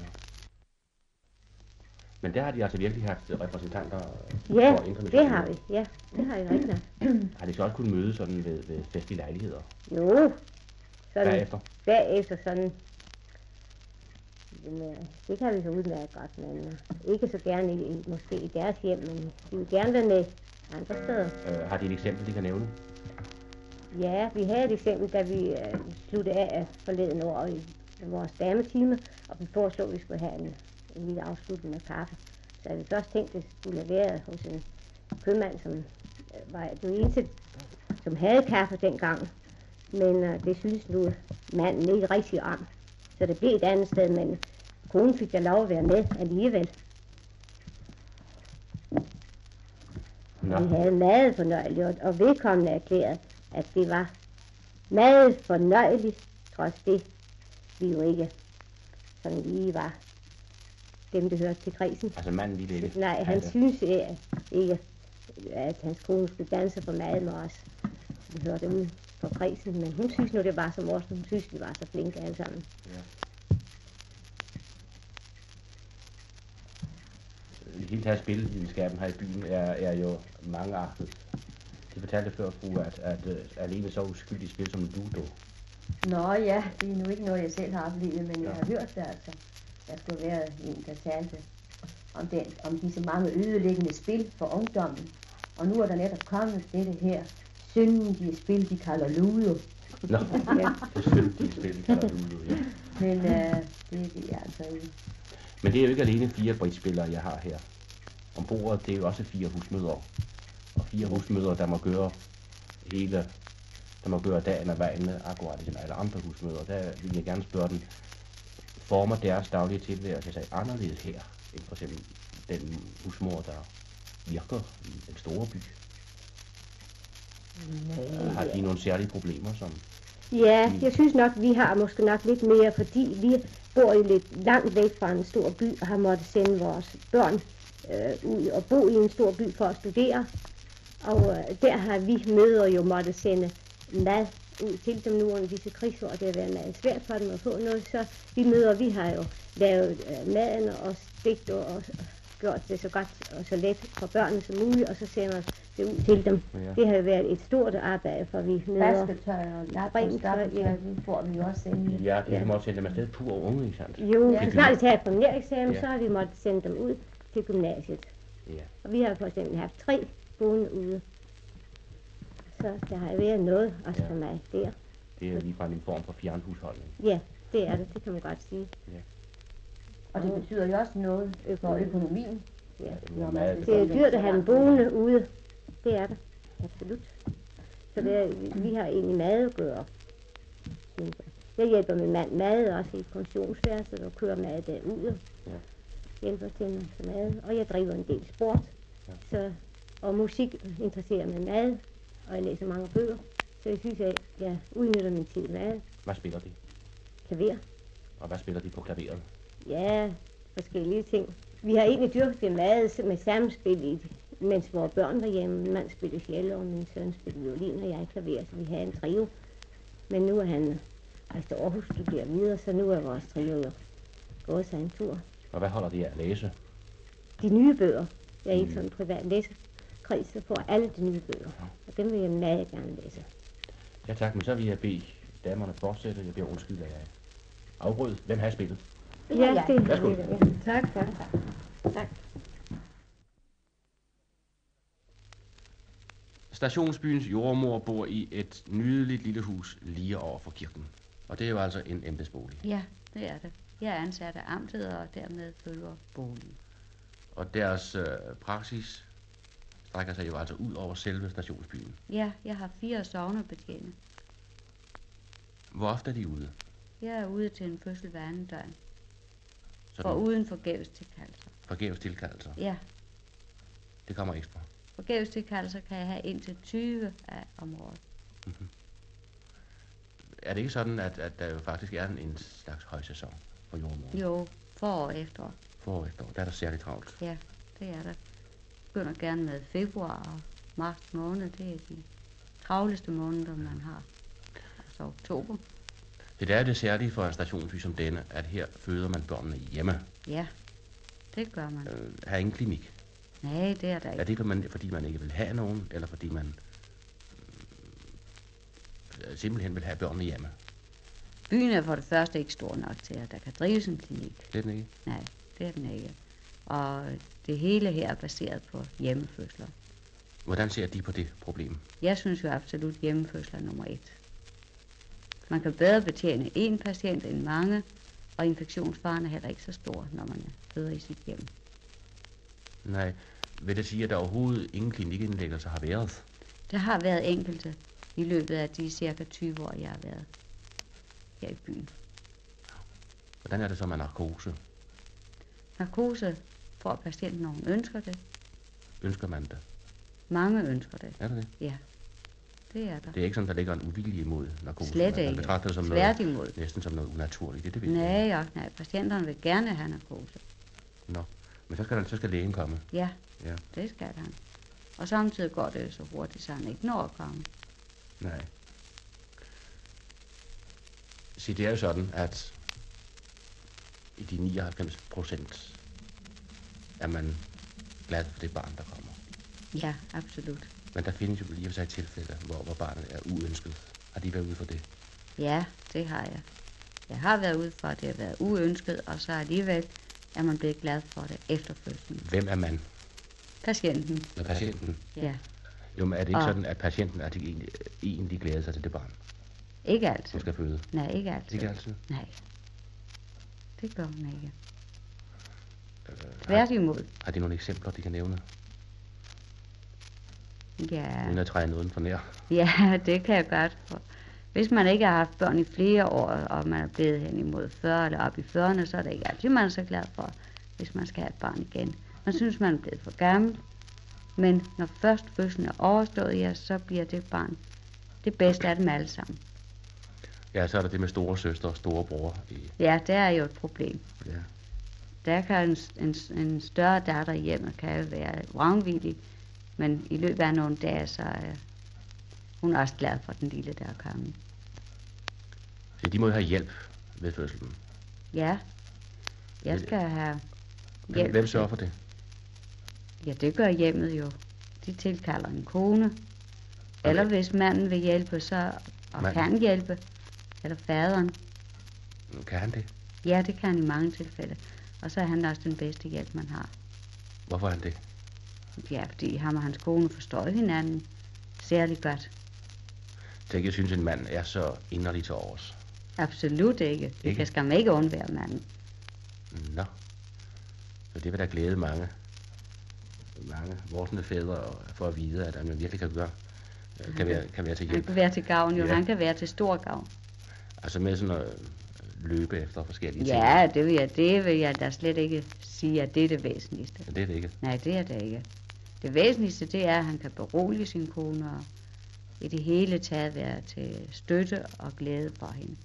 Men der har de altså virkelig haft repræsentanter Ja, for Indre det Mission. har vi. Ja, det har vi rigtig nok. Har de så også kunnet mødes sådan ved, ved festlige lejligheder? Jo, sådan Bagefter? bagefter sådan... Jamen, øh, det kan vi så udmærke godt, men øh, ikke så gerne i, i, måske i deres hjem, men vi vil gerne være med andre steder. Øh, har de et eksempel, de kan nævne? Ja, vi havde et eksempel, da vi øh, sluttede af forleden år i vores dametime, og vi foreslog, at vi skulle have en, en lille afslutning med kaffe. Så havde vi først tænkt, at det skulle have været hos en købmand, som øh, var den eneste, som havde kaffe dengang. Men øh, det synes nu manden ikke rigtig om. Så det blev et andet sted, men konen fik da lov at være med alligevel. Nå. Vi havde meget fornøjeligt, og- og vedkommende erklærede, at det var meget fornøjeligt, trods det vi jo ikke sådan lige var dem, der hørte til kredsen. Altså manden lige lidt. Nej, han Altså, synes eh, ikke, at hans kone skulle danse for meget med os. Vi hørte ud på kredsen, men hun synes nu, det var så morsomt. Hun synes, vi var så flinke alle sammen. Ja. I hele taget spillevidenskaben her i byen er, er jo mangeartet. De fortalte før, fru, at, at, at alene så uskyldigt spil som ludo. Nå ja, det er nu ikke noget, jeg selv har oplevet, men jeg har hørt det altså. Der skulle være en, der talte om, den, om disse mange ødelæggende spil for ungdommen. Og nu er der netop kommet dette her syndige spil, de kalder ludo. Nå, Ja. det er syndige spil, de kalder ludo, ja. Men øh, det er det altså ikke. Men det er jo ikke alene fire bridgespillere, jeg har her. Om bordet, det er jo også fire husmødre. Og fire husmødre, der må gøre hele, der må gøre dagen og vejen akkurat ligesom alle andre husmødre. Der vil jeg gerne spørge den, former deres daglige tilværelse sig anderledes her, end for eksempel den husmor, der virker i den store by? Nej, Har de nogle særlige problemer, som... Ja, jeg synes nok, vi har måske nok lidt mere, fordi vi bor jo lidt langt væk fra en stor by og har måttet sende vores børn øh, ud og bo i en stor by for at studere. Og øh, der har vi mødre jo måttet sende mad ud til dem nu under disse krigsår, og det har været meget svært for dem at få noget. Så vi mødre, vi har jo lavet øh, maden og stegt og, og gjort det så godt og så let for børnene som muligt, og så sender det ud til dem. Ja. Det har jo været et stort arbejde, for vi mødre... Vasketøj og lap og Rent tøj, skaffetøj, ja. det får vi jo også sende. Ja, det kan man også sende dem afsted pur og unge, ikke sandt? Jo, Ja. så snart de tager premiereksamen, Ja. så har vi måttet sende dem ud til gymnasiet. Ja. Og vi har for eksempel haft tre boende ude. Så der har jo været noget også Ja. for mig der. Det er lige fra en form for fjernhusholdning. Ja, det er det, det kan man godt sige. Og det betyder jo også noget for økonomien. Ja. Når man mad. skal Det er sende dyrt dem at have dem så langt. boende ude. Det er det. Absolut. Så det er, vi- vi har egentlig mad at gøre. synes jeg. Jeg hjælper min mand mad også i pensionsværelset og kører mad derude. Ja. Hjælper til med mad. Og jeg driver en del sport. Ja. Så, og musik interesserer mig mad. Og jeg læser mange bøger. Så jeg synes, at jeg udnytter min tid meget. Hvad spiller de? Klaver. Og hvad spiller de på klaveret? Ja, forskellige ting. Vi har egentlig dyrket det meget med samspil i, mens vores børn var hjemme. Min mand spillede cello, og min søn spillede violin, og jeg klaver, så vi havde en trio. Men nu er han altså Aarhus studerer videre, så nu er vores trio jo gået sig en tur. Og hvad holder de af at læse? De nye bøger. Jeg er ikke Mm. sådan en privat læsekreds, så får alle de nye bøger. Og dem vil jeg meget gerne læse. Ja tak, men så vil jeg bede damerne fortsætte. Jeg bliver undskyldt, at jeg afbrød. Hvem har spillet? Ja, det Værsgo. ja. Tak, tak. Tak. Stationsbyens jordmor bor i et nydeligt lille hus lige over for kirken. Og det er jo altså en embedsbolig. Ja, det er det. Jeg er ansat af amtet, og dermed følger boligen. Og deres øh, praksis strækker sig jo altså ud over selve stationsbyen. Ja, jeg har fire sognebetjente. Hvor ofte er de ude? Jeg er ude til en fødsel hver anden døgn. Sådan Og uden forgæves tilkaldelser. forgæves tilkaldelser. Ja, Det kommer ekstra. forgæves tilkaldelser kan jeg have indtil tyve af om året. Mm-hmm. Er det ikke sådan, at, at der jo faktisk er en, en slags højsæson for jordmor? Jo, forår og efterår. Forår efter, der er der særligt travlt. Ja, det er det. Begynder gerne med februar og marts måned. Det er de travleste måneder, man har. Altså oktober. Det er det særlige for en stationsby som denne, at her føder man børnene hjemme. Ja, det gør man. Øh, her er ingen klinik. Nej, det er der Er ikke. det fordi man, fordi man ikke vil have nogen, eller fordi man øh, simpelthen vil have børnene hjemme? Byen er for det første ikke stor nok til, at der kan drives en klinik. Det er den ikke. Nej, det er den ikke. Og det hele her er baseret på hjemmefødsler. Hvordan ser de på det problem? Jeg synes jo absolut hjemmefødsler er nummer et. Man kan bedre betjene én patient end mange, og infektionsfaren er heller ikke så stor, når man føder i sit hjem. Nej, vil det sige, at der overhovedet ingen klinikindlæggelser har været? Der har været enkelte i løbet af de cirka tyve år, jeg har været her i byen. Hvordan er det så med narkose? Narkose får patienten, når hun ønsker det. Ønsker man det? Mange ønsker det. Er det det? Ja, det er der. Det er ikke sådan, der ligger en uvilje imod narkose. Slet Man ikke. betragter det som Tværtimod. noget, næsten som noget unaturligt. Det er det, vi Nej, og nej, patienterne vil gerne have narkose. Nå, men så skal, der, så skal lægen komme. Ja, Ja. det skal han. Og samtidig går det jo så hurtigt, så han ikke når at komme. Nej. Så det er jo sådan, at i de nioghalvfems procent er man glad for det barn, der kommer. Ja, absolut. Men der findes jo lige for sig tilfælde, hvor, hvor barnet er uønsket. Har de været ude for det? Ja, det har jeg. Jeg har været ude for, at det har været uønsket, og så alligevel er man blevet glad for det efter fødslen. Hvem er man? Patienten. Med patienten? Ja. Jo, men er det ikke Og- sådan, at patienten er til egentlig, egentlig glæder sig til det barn, Ikke altid. som skal føde? Nej, ikke altid. Ikke altid? Nej. Det gør hun ikke. Øh, Tværtimod. Har, har de nogle eksempler, de kan nævne? Ja. Uden at træde noget for nær. Ja, det kan jeg godt. For hvis man ikke har haft børn i flere år, og man er blevet hen imod fyrre eller op i fyrrerne, så er det ikke altid, man er så glad for, hvis man skal have et barn igen. Man synes, man er blevet for gammel, men når først fødslen er overstået, ja, så bliver det barn det bedste af dem alle sammen. Ja, så er der det med store søster og store bror. I, Ja, det er jo et problem. ja. Der kan en, en, en større datter i hjemmet kan jo være vrangvillig, men i løbet af nogle dage, så er hun også glad for den lille, der er kommet. Så de må jo have hjælp ved fødslen. Ja, jeg skal have Hvem, hjælp. hvem sørger for det? Ja, det gør hjemmet jo. De tilkalder en kone. Eller hvis manden vil hjælpe, så og Manden? kan hjælpe. Eller faderen. Kan han det? Ja, det kan han i mange tilfælde. Og så er han også den bedste hjælp, man har. Hvorfor er han det? Ja, fordi ham og hans kone forstår hinanden særlig godt. Tænk, jeg synes, en mand er så inderlig til overs. Absolut ikke. Vi Ikke? kan skam ikke undvære manden. Nå. Så det vil da glæde mange, mange voksne fædre for at vide, at man virkelig kan gøre, øh, kan være, kan være til Han hjælp. kan være til gavn, jo. Ja. Han kan være til stor gavn. Altså med sådan at løbe efter forskellige ting. Ja, det vil jeg, det vil jeg da slet ikke sige, at det er det væsentligste. Men det er det ikke. Nej, det er det ikke. Det væsentligste, det er, at han kan berolige sin kone og i det hele taget være til støtte og glæde for hende.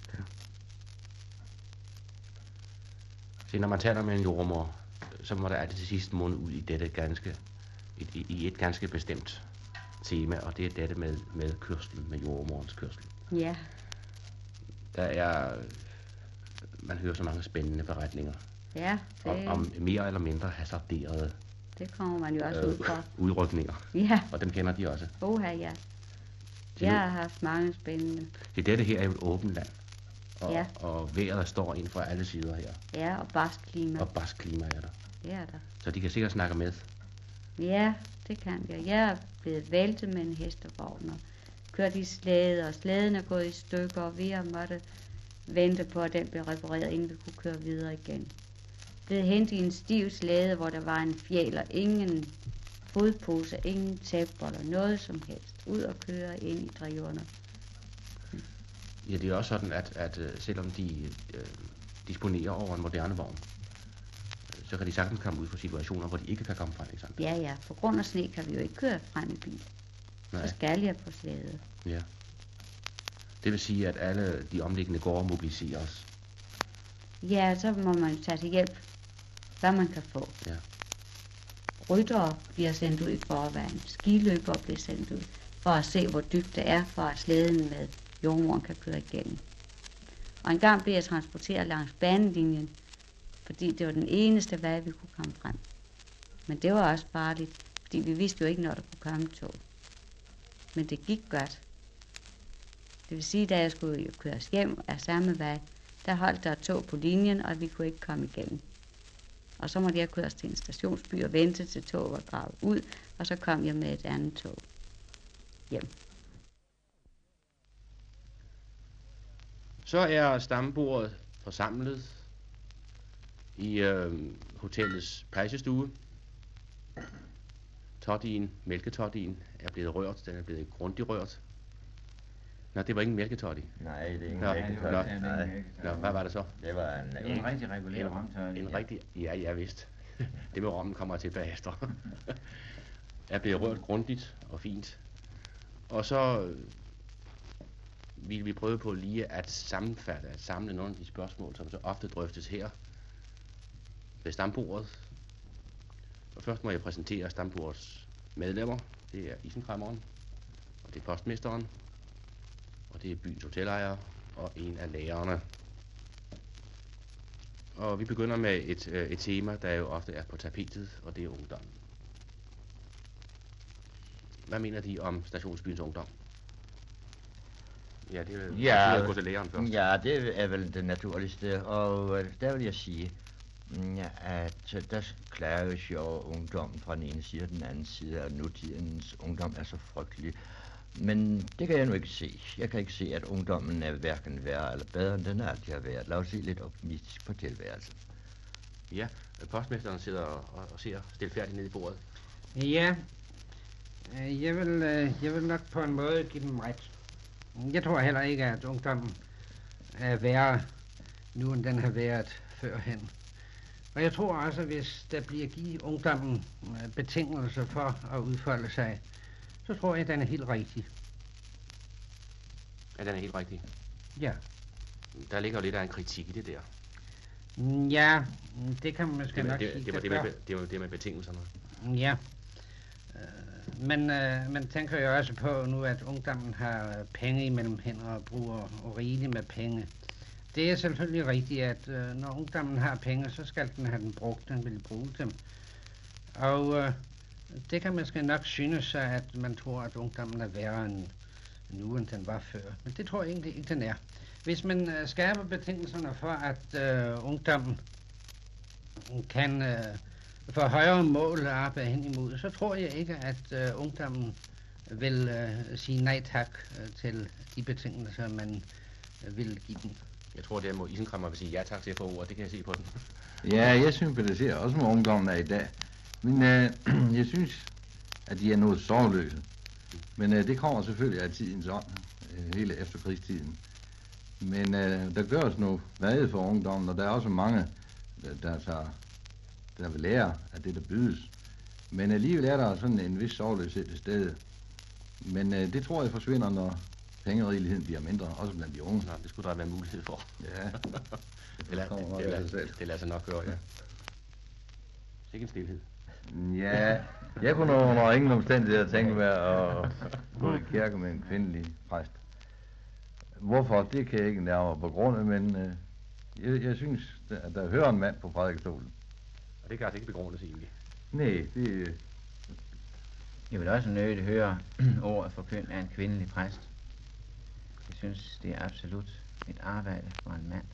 Så når man taler med en jordmor, så må der altid til sidst munde ud i dette ganske, i, i, i et ganske bestemt tema, og det er dette med, med kørslen, med jordmorens kørsel. Ja, Der er, man hører så mange spændende beretninger ja, om, det, om mere eller mindre hasarderede det kommer man jo også øh, ud fra. udrykninger, Ja, og dem kender de også. oha, ja. Så Jeg nu- har haft mange spændende. Det dette her er jo et åbent land, og, Ja. og vejret står ind fra alle sider her, Ja, og barsk klima. og barsk klima er der. Det er der. Så de kan sikkert snakke med. Ja, det kan jeg. Jeg er blevet væltet med en hestevogn og kørt i slæde, og slæden er gået i stykker, og vi har måttet vente på, at den blev repareret, inden vi kunne køre videre igen. Blevet hentet i en stiv slæde, hvor der var en fjæl og ingen fodpose, ingen tæppe eller noget som helst. Ud og køre ind i driverne. Ja, det er også sådan, at, at øh, selvom de øh, disponerer over en moderne vogn, øh, så kan de sagtens komme ud for situationer, hvor de ikke kan komme frem, ikke sandt? Ja, ja, på grund af sne kan vi jo ikke køre frem i bil. Nej. Så skal jeg på slæde. Ja. Det vil sige, at alle de omliggende gårde mobiliseres. Ja, så må man tage til hjælp, hvad man kan få. Ja. Ryttere bliver sendt ud i forvejen. Skiløbere bliver sendt ud for at se, hvor dybt det er, for at slæden med jordmoren kan køre igennem. Og en gang blev jeg transporteret langs banelinjen, fordi det var den eneste vej, vi kunne komme frem. Men det var også farligt, fordi vi vidste jo ikke, når der kunne komme tog. Men det gik godt. Det vil sige, da jeg skulle køres hjem af samme vej, der holdt der et tog på linjen, og vi kunne ikke komme igennem. Og så måtte jeg køres til en stationsby og vente til toget var draget ud, og så kom jeg med et andet tog hjem. Så er stambordet forsamlet i øh, hotellets pejsestue. Tottien, mælketottien, er blevet rørt. Den er blevet grundigt rørt. Nå, det var ikke en mælketotti. Nej, det er ikke en Nå, mælketotti. nå, Nej. Nå, hvad var det så? Det var en... Det er en rigtig regulær En- romtotti. En rigtig, ja, jeg vidste. Det med rommen kommer jeg til bagefter. er blevet rørt grundigt og fint. Og så øh, vil vi prøve på lige at sammenfatte, at samle nogle af de spørgsmål, som så ofte drøftes her ved stambordet. Og først må jeg præsentere stambordets medlemmer. Det er isenkræmmeren, og det er postmesteren, og det er byens hotelejer og en af lærerne. Og vi begynder med et, øh, et tema, der jo ofte er på tapetet, og det er ungdom. Hvad mener de om stationsbyens ungdom? Ja, det er ja, at gå til læreren først. Ja, det er vel det naturligste, og der vil jeg sige, at der klages jo ungdommen fra den ene side og den anden side, at nutidens ungdom er så frygtelig. Men det kan jeg nu ikke se. Jeg kan ikke se, at ungdommen er hverken værre eller bedre, end den altid har været. Lad os se lidt optimistisk på tilværelsen. Ja, postmesteren sidder og, og ser stilfærdigt ned i bordet. Ja, jeg vil, jeg vil nok på en måde give dem ret. Jeg tror heller ikke, at ungdommen er værre nu, end den har været førhen. Og jeg tror også, at hvis der bliver givet ungdommen betingelser for at udfolde sig, så tror jeg, at den er helt rigtig. Ja, den er helt rigtig? Ja. Der ligger jo lidt af en kritik i det der. Ja, det kan man måske det med, nok det, sige. Det var det, med, det, var det med betingelserne. Ja. Men øh, man tænker jo også på nu, at ungdommen har penge imellem hænder og bruger rigeligt med penge. Det er selvfølgelig rigtigt, at øh, når ungdommen har penge, så skal den have den brugt, den vil bruge dem. Og øh, det kan måske nok synes, at man tror, at ungdommen er værre end nu, end den var før. Men det tror jeg egentlig ikke, den er. Hvis man øh, skaber betingelserne for, at øh, ungdommen kan øh, få højere mål at arbejde hen imod, så tror jeg ikke, at øh, ungdommen vil øh, sige nej tak øh, til de betingelser, man øh, vil give dem. Jeg tror, det er, at isenkræmmer vil sige ja tak til at få ordet. Det kan jeg se på den. Ja, jeg sympatiserer også med ungdommen af i dag. Men øh, jeg synes, at de er noget sorgløse. Men øh, det kommer selvfølgelig af tidens ånd, øh, hele efterkrigstiden. Men øh, der gøres noget vrede for ungdommen, og der er også mange, der, der, tager, der vil lære af det, der bydes. Men alligevel er der sådan en vis sorgløshed til stede. Men øh, det tror jeg forsvinder, når pengerigeligheden bliver mindre, også blandt de unge. Nå, det skulle der være mulighed for. Ja. det, lader, det, det, lader, det lader sig nok gøre, ja. Sikke en stilhed. Ja, jeg kunne under ingen omstændigheder tænke mig at gå i kirke med en kvindelig præst. Hvorfor, det kan jeg ikke nærmere begrunde, men øh, jeg, jeg synes, at der hører en mand på prædikestolen. Og det kan altså ikke begrundes egentlig. Nej, det... Jeg vil også nødigt høre ordet forkyndt af en kvindelig præst. Jeg synes, det er absolut et arbejde for en mand.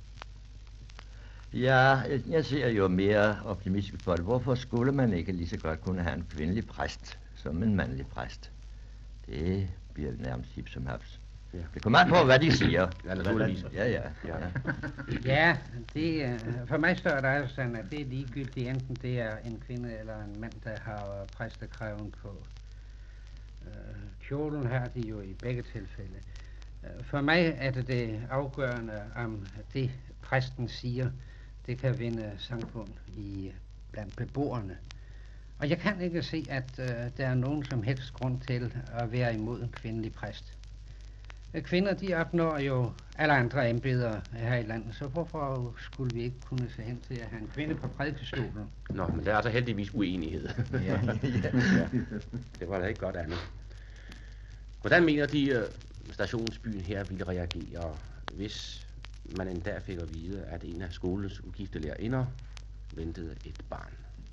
Ja, jeg, jeg ser jo mere optimistisk på det. Hvorfor skulle man ikke lige så godt kunne have en kvindelig præst som en mandlig præst? Det bliver nærmest hip som haps. Ja. Det kommer an på, hvad de siger. Ja, naturligvis. Ja, ja. Ja, ja det, for mig står der altså sådan, at det er ligegyldigt, enten det er en kvinde eller en mand, der har præstekræven på. Kjolen har de jo i begge tilfælde. For mig er det det afgørende, om det præsten siger, det kan vinde samfund i blandt beboerne. Og jeg kan ikke se, at uh, der er nogen som helst grund til at være imod en kvindelig præst. Kvinder, de opnår jo alle andre embeder her i landet, så hvorfor skulle vi ikke kunne se hen til at have en kvinde på prædikestolen? Nå, men der er altså heldigvis uenighed. Ja, ja. Ja. Det var da ikke godt andet. Hvordan mener de, uh, stationsbyen her ville reagere, hvis man endda fik at vide, at en af skolens ugifte lærerinder ventede et barn?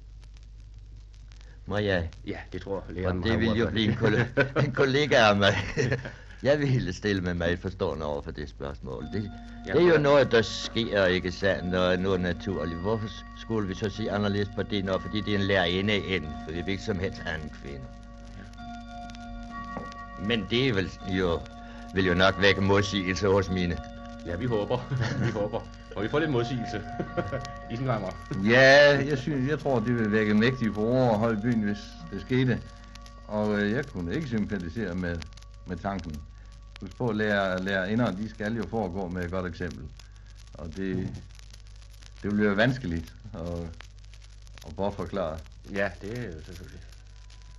Må jeg? Ja, det tror jeg, læreren må det ville jo blive en, kollega, en kollega af mig. Jeg ville stille med mig forstående over for det spørgsmål. Det, ja, det er jo noget, der sker, ikke sandt, og noget naturligt. Hvorfor skulle vi så sige anderledes på det, når, fordi det er en lærerinde end, for det er ikke som helst anden kvinde. Men det vil jo, vil jo nok vække modsigelse hos mine. Ja, vi håber. vi håber. Og vi får lidt modsigelse. Isenkræmmer. Ja, jeg synes, jeg tror, det vil vække mægtige forår og holde byen, hvis det skete. Og øh, jeg kunne ikke sympatisere med, med tanken. Husk på, at lære, lærerinder, de skal jo foregå med et godt eksempel. Og det, det vil være vanskeligt at, at bortforklare. Ja, det er jo selvfølgelig.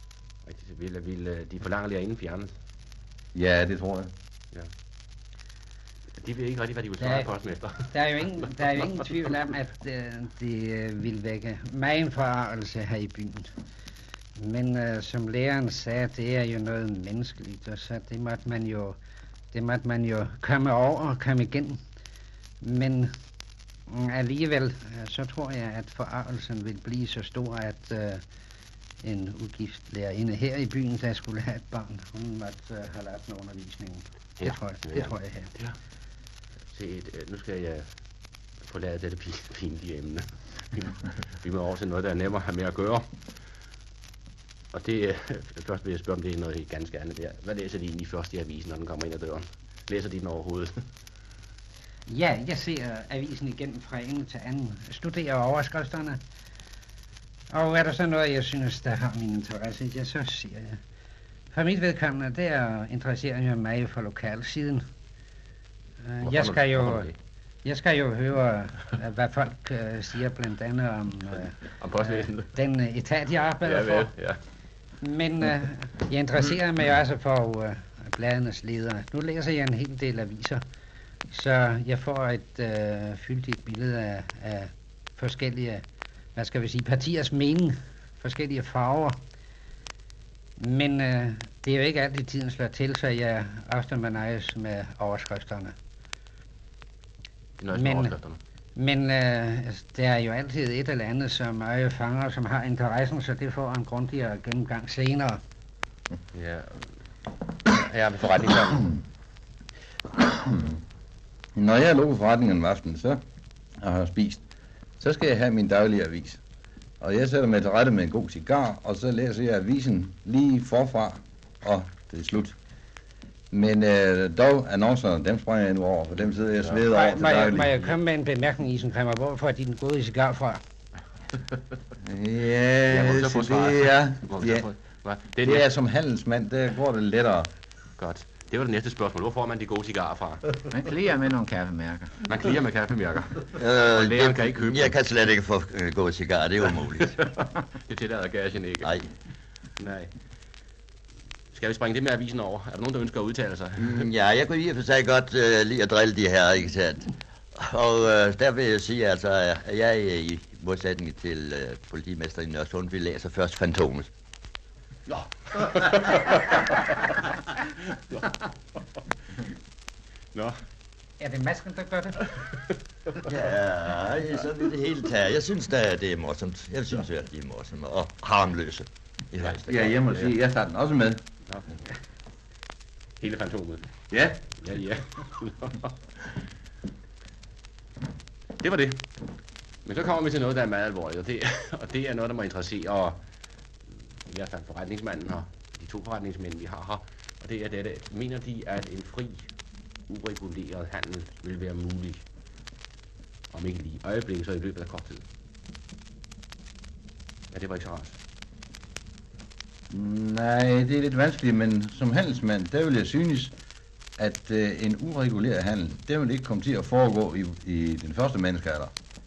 Rigtigt. Vil, vil de forlange lærerinden fjernet? Ja, det tror jeg. Ja. De ved ikke rigtig, hvad de vil Der svare er- på os efter. Der er jo ingen, der er jo ingen tvivl om, at øh, det øh, vil vække megen forargelse her i byen. Men øh, som læreren sagde, det er jo noget menneskeligt, og så det måtte man jo, det måtte man jo komme over og komme igennem. Men mm, alligevel, øh, så tror jeg, at forargelsen vil blive så stor, at øh, en ugift lærerinde her i byen, der skulle have et barn, hun måtte øh, have lavet en undervisning. Det Ja. tror jeg, det Ja. tror jeg her. Ja. Se, øh, nu skal jeg forlade dette pi- pinlige emne. Vi, vi må over til noget, der er nemmere at have med at gøre. Og det, øh, først vil jeg spørge, om det er noget helt ganske andet der. Hvad læser de egentlig først i avisen, når den kommer ind ad døren? Læser de den overhovedet? Ja, jeg ser avisen igennem fra ende til anden, studerer overskrifterne. Og er der så noget, jeg synes, der har min interesse, ja, så siger jeg. For mit vedkommende, der interesserer jeg mig for lokalsiden. Øh, Hvorfor Jeg nu- skal hvorfor jo, nu det? jeg skal jo høre, øh, hvad folk øh, siger blandt andet om, øh, Om postvæsenet. den øh, etat, jeg arbejder Ja, vel, for. ja. Men øh, jeg interesserer mig også for øh, bladenes ledere. Nu læser jeg en hel del aviser, så jeg får et øh, fyldigt billede af, af forskellige, hvad skal vi sige, partiers mening, forskellige farver. Men øh, det er jo ikke altid tiden slår til, så jeg ofte må nøjes med overskrifterne. Det nøjes med overskrifterne. Men øh, altså, der er jo altid et eller andet, som øje fanger, som har interessen, så det får en grundigere gennemgang senere. Ja, her er vi forretningssammen. Når jeg lukker forretningen om aftenen, så og har spist, så skal jeg have min daglige avis. Og jeg sætter mig til rette med en god cigar, og så læser jeg avisen lige forfra og til slut. Men øh, dog, annoncerne, dem springer jeg nu over, for dem sidder jeg og sveder Må, over jeg- til må, jeg, daglig. må jeg komme med en bemærkning, Isenkræmmer, hvorfor er din gode cigar fra? Ja, må vi så få så svaret? det er, Må vi så ja, få- Hvad? det næste- er som handelsmand, der går det lettere. Godt. Det var det næste spørgsmål. Hvor får man de gode cigarer fra? Man klirer med nogle kaffemærker. Man klirer med kaffemærker. Øh, Og læreren kan ikke købe Jeg dem. kan slet ikke få øh, gået cigar, det er umuligt. Det tillader gagen ikke. Nej. Nej. Skal vi springe det med avisen over? Er der nogen, der ønsker at udtale sig? Mm, Ja, jeg kunne i og for sig godt øh, lide at drille de her, ikke sandt? Og øh, der vil jeg sige, altså, at jeg øh, i modsætning til øh, politimesteren i Nørresund, vi læser først Fantomet. Nå. Nå. Er det masken, der gør det? Ja, så vil det hele taget. Jeg synes da, det er morsomt. Jeg synes, at de er morsomme og harmløse. I højeste Ja, grad. jeg må sige, jeg starter den også med. Nå. Hele Fantomet? Ja. Ja, ja. Det var det. Men så kommer vi til noget, der er meget alvorligt, og det, og det er noget, der må interessere i hvert fald forretningsmanden her, de to forretningsmænd, vi har her, og det er dette. Mener de, at en fri, ureguleret handel vil være mulig, om ikke lige i øjeblikket, så i løbet af kort tid? Ja, det var ikke så rart. Nej, det er lidt vanskeligt, men som handelsmand, der vil jeg synes, at øh, en ureguleret handel, det vil ikke komme til at foregå i, i den første menneskealder.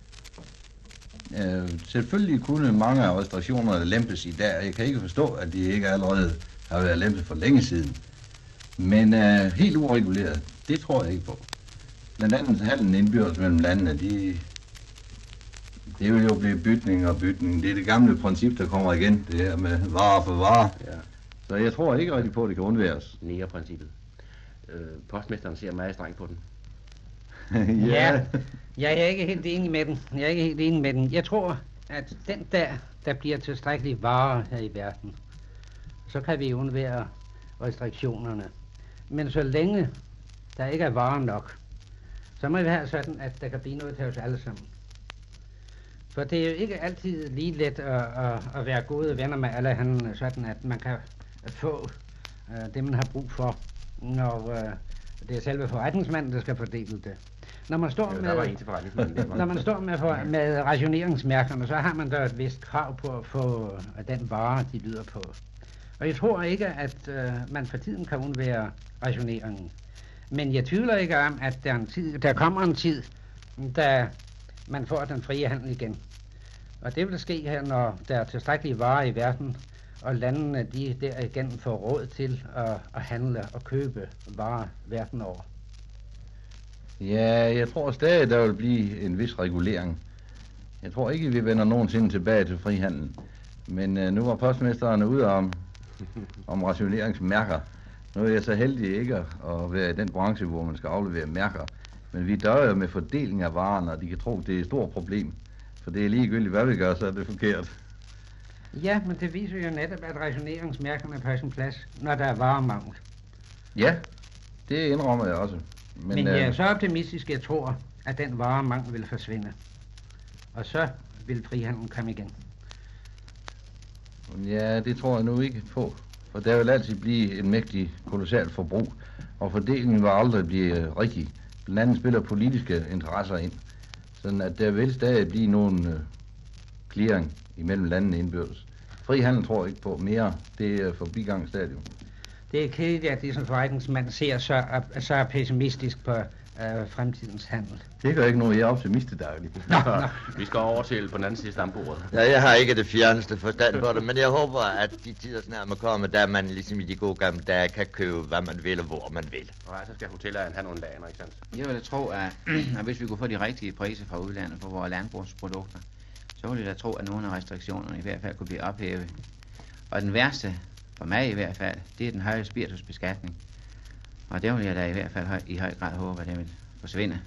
Øh, selvfølgelig kunne mange af restriktionerne lempes i dag, og jeg kan ikke forstå, at de ikke allerede har været lempet for længe siden. Men øh, helt ureguleret, det tror jeg ikke på. Blandt andet handlen indbyrdes mellem landene, de, det vil jo blive bytning og bytning. Det er det gamle princip, der kommer igen, det her med varer for varer. Ja. Så jeg tror ikke rigtig på, at det kan undværes. Nære-princippet. Øh, postmesteren ser meget strengt på den. Ja, jeg er ikke helt enig med den. Jeg er ikke helt enig med den. Jeg tror, at den dag, der bliver tilstrækkelige varer her i verden, så kan vi undvære restriktionerne. Men så længe der ikke er varer nok, så må vi have sådan, at der kan blive noget til os alle sammen. For det er jo ikke altid lige let at, at, at være gode venner med alle handlerne, sådan at man kan få uh, det, man har brug for, når uh, det er selve forretningsmanden, der skal fordele det. Når man står Ja, der med, var en til forretningsmanden, der var. når man står med, for, med rationeringsmærkerne, så har man da et vist krav på at få uh, den vare, de lyder på. Og jeg tror ikke, at uh, man for tiden kan undvære rationeringen. Men jeg tvivler ikke om, at der, er en tid, der kommer en tid, da man får den frie handel igen. Og det vil ske her, når der er tilstrækkelige varer i verden, og landene de derigennem får råd til at, at handle og købe varer verden over? Ja, jeg tror stadig, der vil blive en vis regulering. Jeg tror ikke, vi vender nogensinde tilbage til frihandel. Men øh, nu var postmesteren ude om, om rationeringsmærker. Nu er jeg så heldig ikke at være i den branche, hvor man skal aflevere mærker. Men vi dør jo med fordeling af varerne, og de kan tro, det er et stort problem. For det er ligegyldigt, hvad vi gør, så er det forkert. Ja, men det viser jo netop, at rationeringsmærkerne er på sin plads, når der er varemangel. Ja, det indrømmer jeg også. Men, Men jeg er så optimistisk, jeg tror, at den varemangel vil forsvinde. Og så vil frihandlen komme igen. Ja, det tror jeg nu ikke på. For der vil altid blive et mægtigt kolossalt forbrug. Og fordelingen vil aldrig blive rigtig. Blandt andet spiller politiske interesser ind. Sådan at der vil stadig blive nogen uh, clearing imellem landene indbyrdes. Frihandel tror jeg ikke på mere. Det er forbigangsstadium. Det er kedeligt, at det som forretningsmand ser så, så pessimistisk på øh, fremtidens handel. Det gør ikke noget, jeg er optimist i dag. Nå, nå. Vi skal over til på den anden side stambordet. Ja, jeg har ikke det fjerneste forstand på det, men jeg håber, at de tider snart må komme, der man ligesom i de gode gamle dage kan købe, hvad man vil og hvor man vil. Og så skal hotellerne have nogle lager, ikke sandt? Jeg vil da tro, at, at hvis vi kunne få de rigtige priser fra udlandet for vores landbrugsprodukter, så ville jeg da tro, at nogle af restriktionerne i hvert fald kunne blive ophævet. Og den værste, for mig i hvert fald, det er den høje spiritusbeskatning. Og det vil jeg da i hvert fald høj, i høj grad håbe, at det vil forsvinde.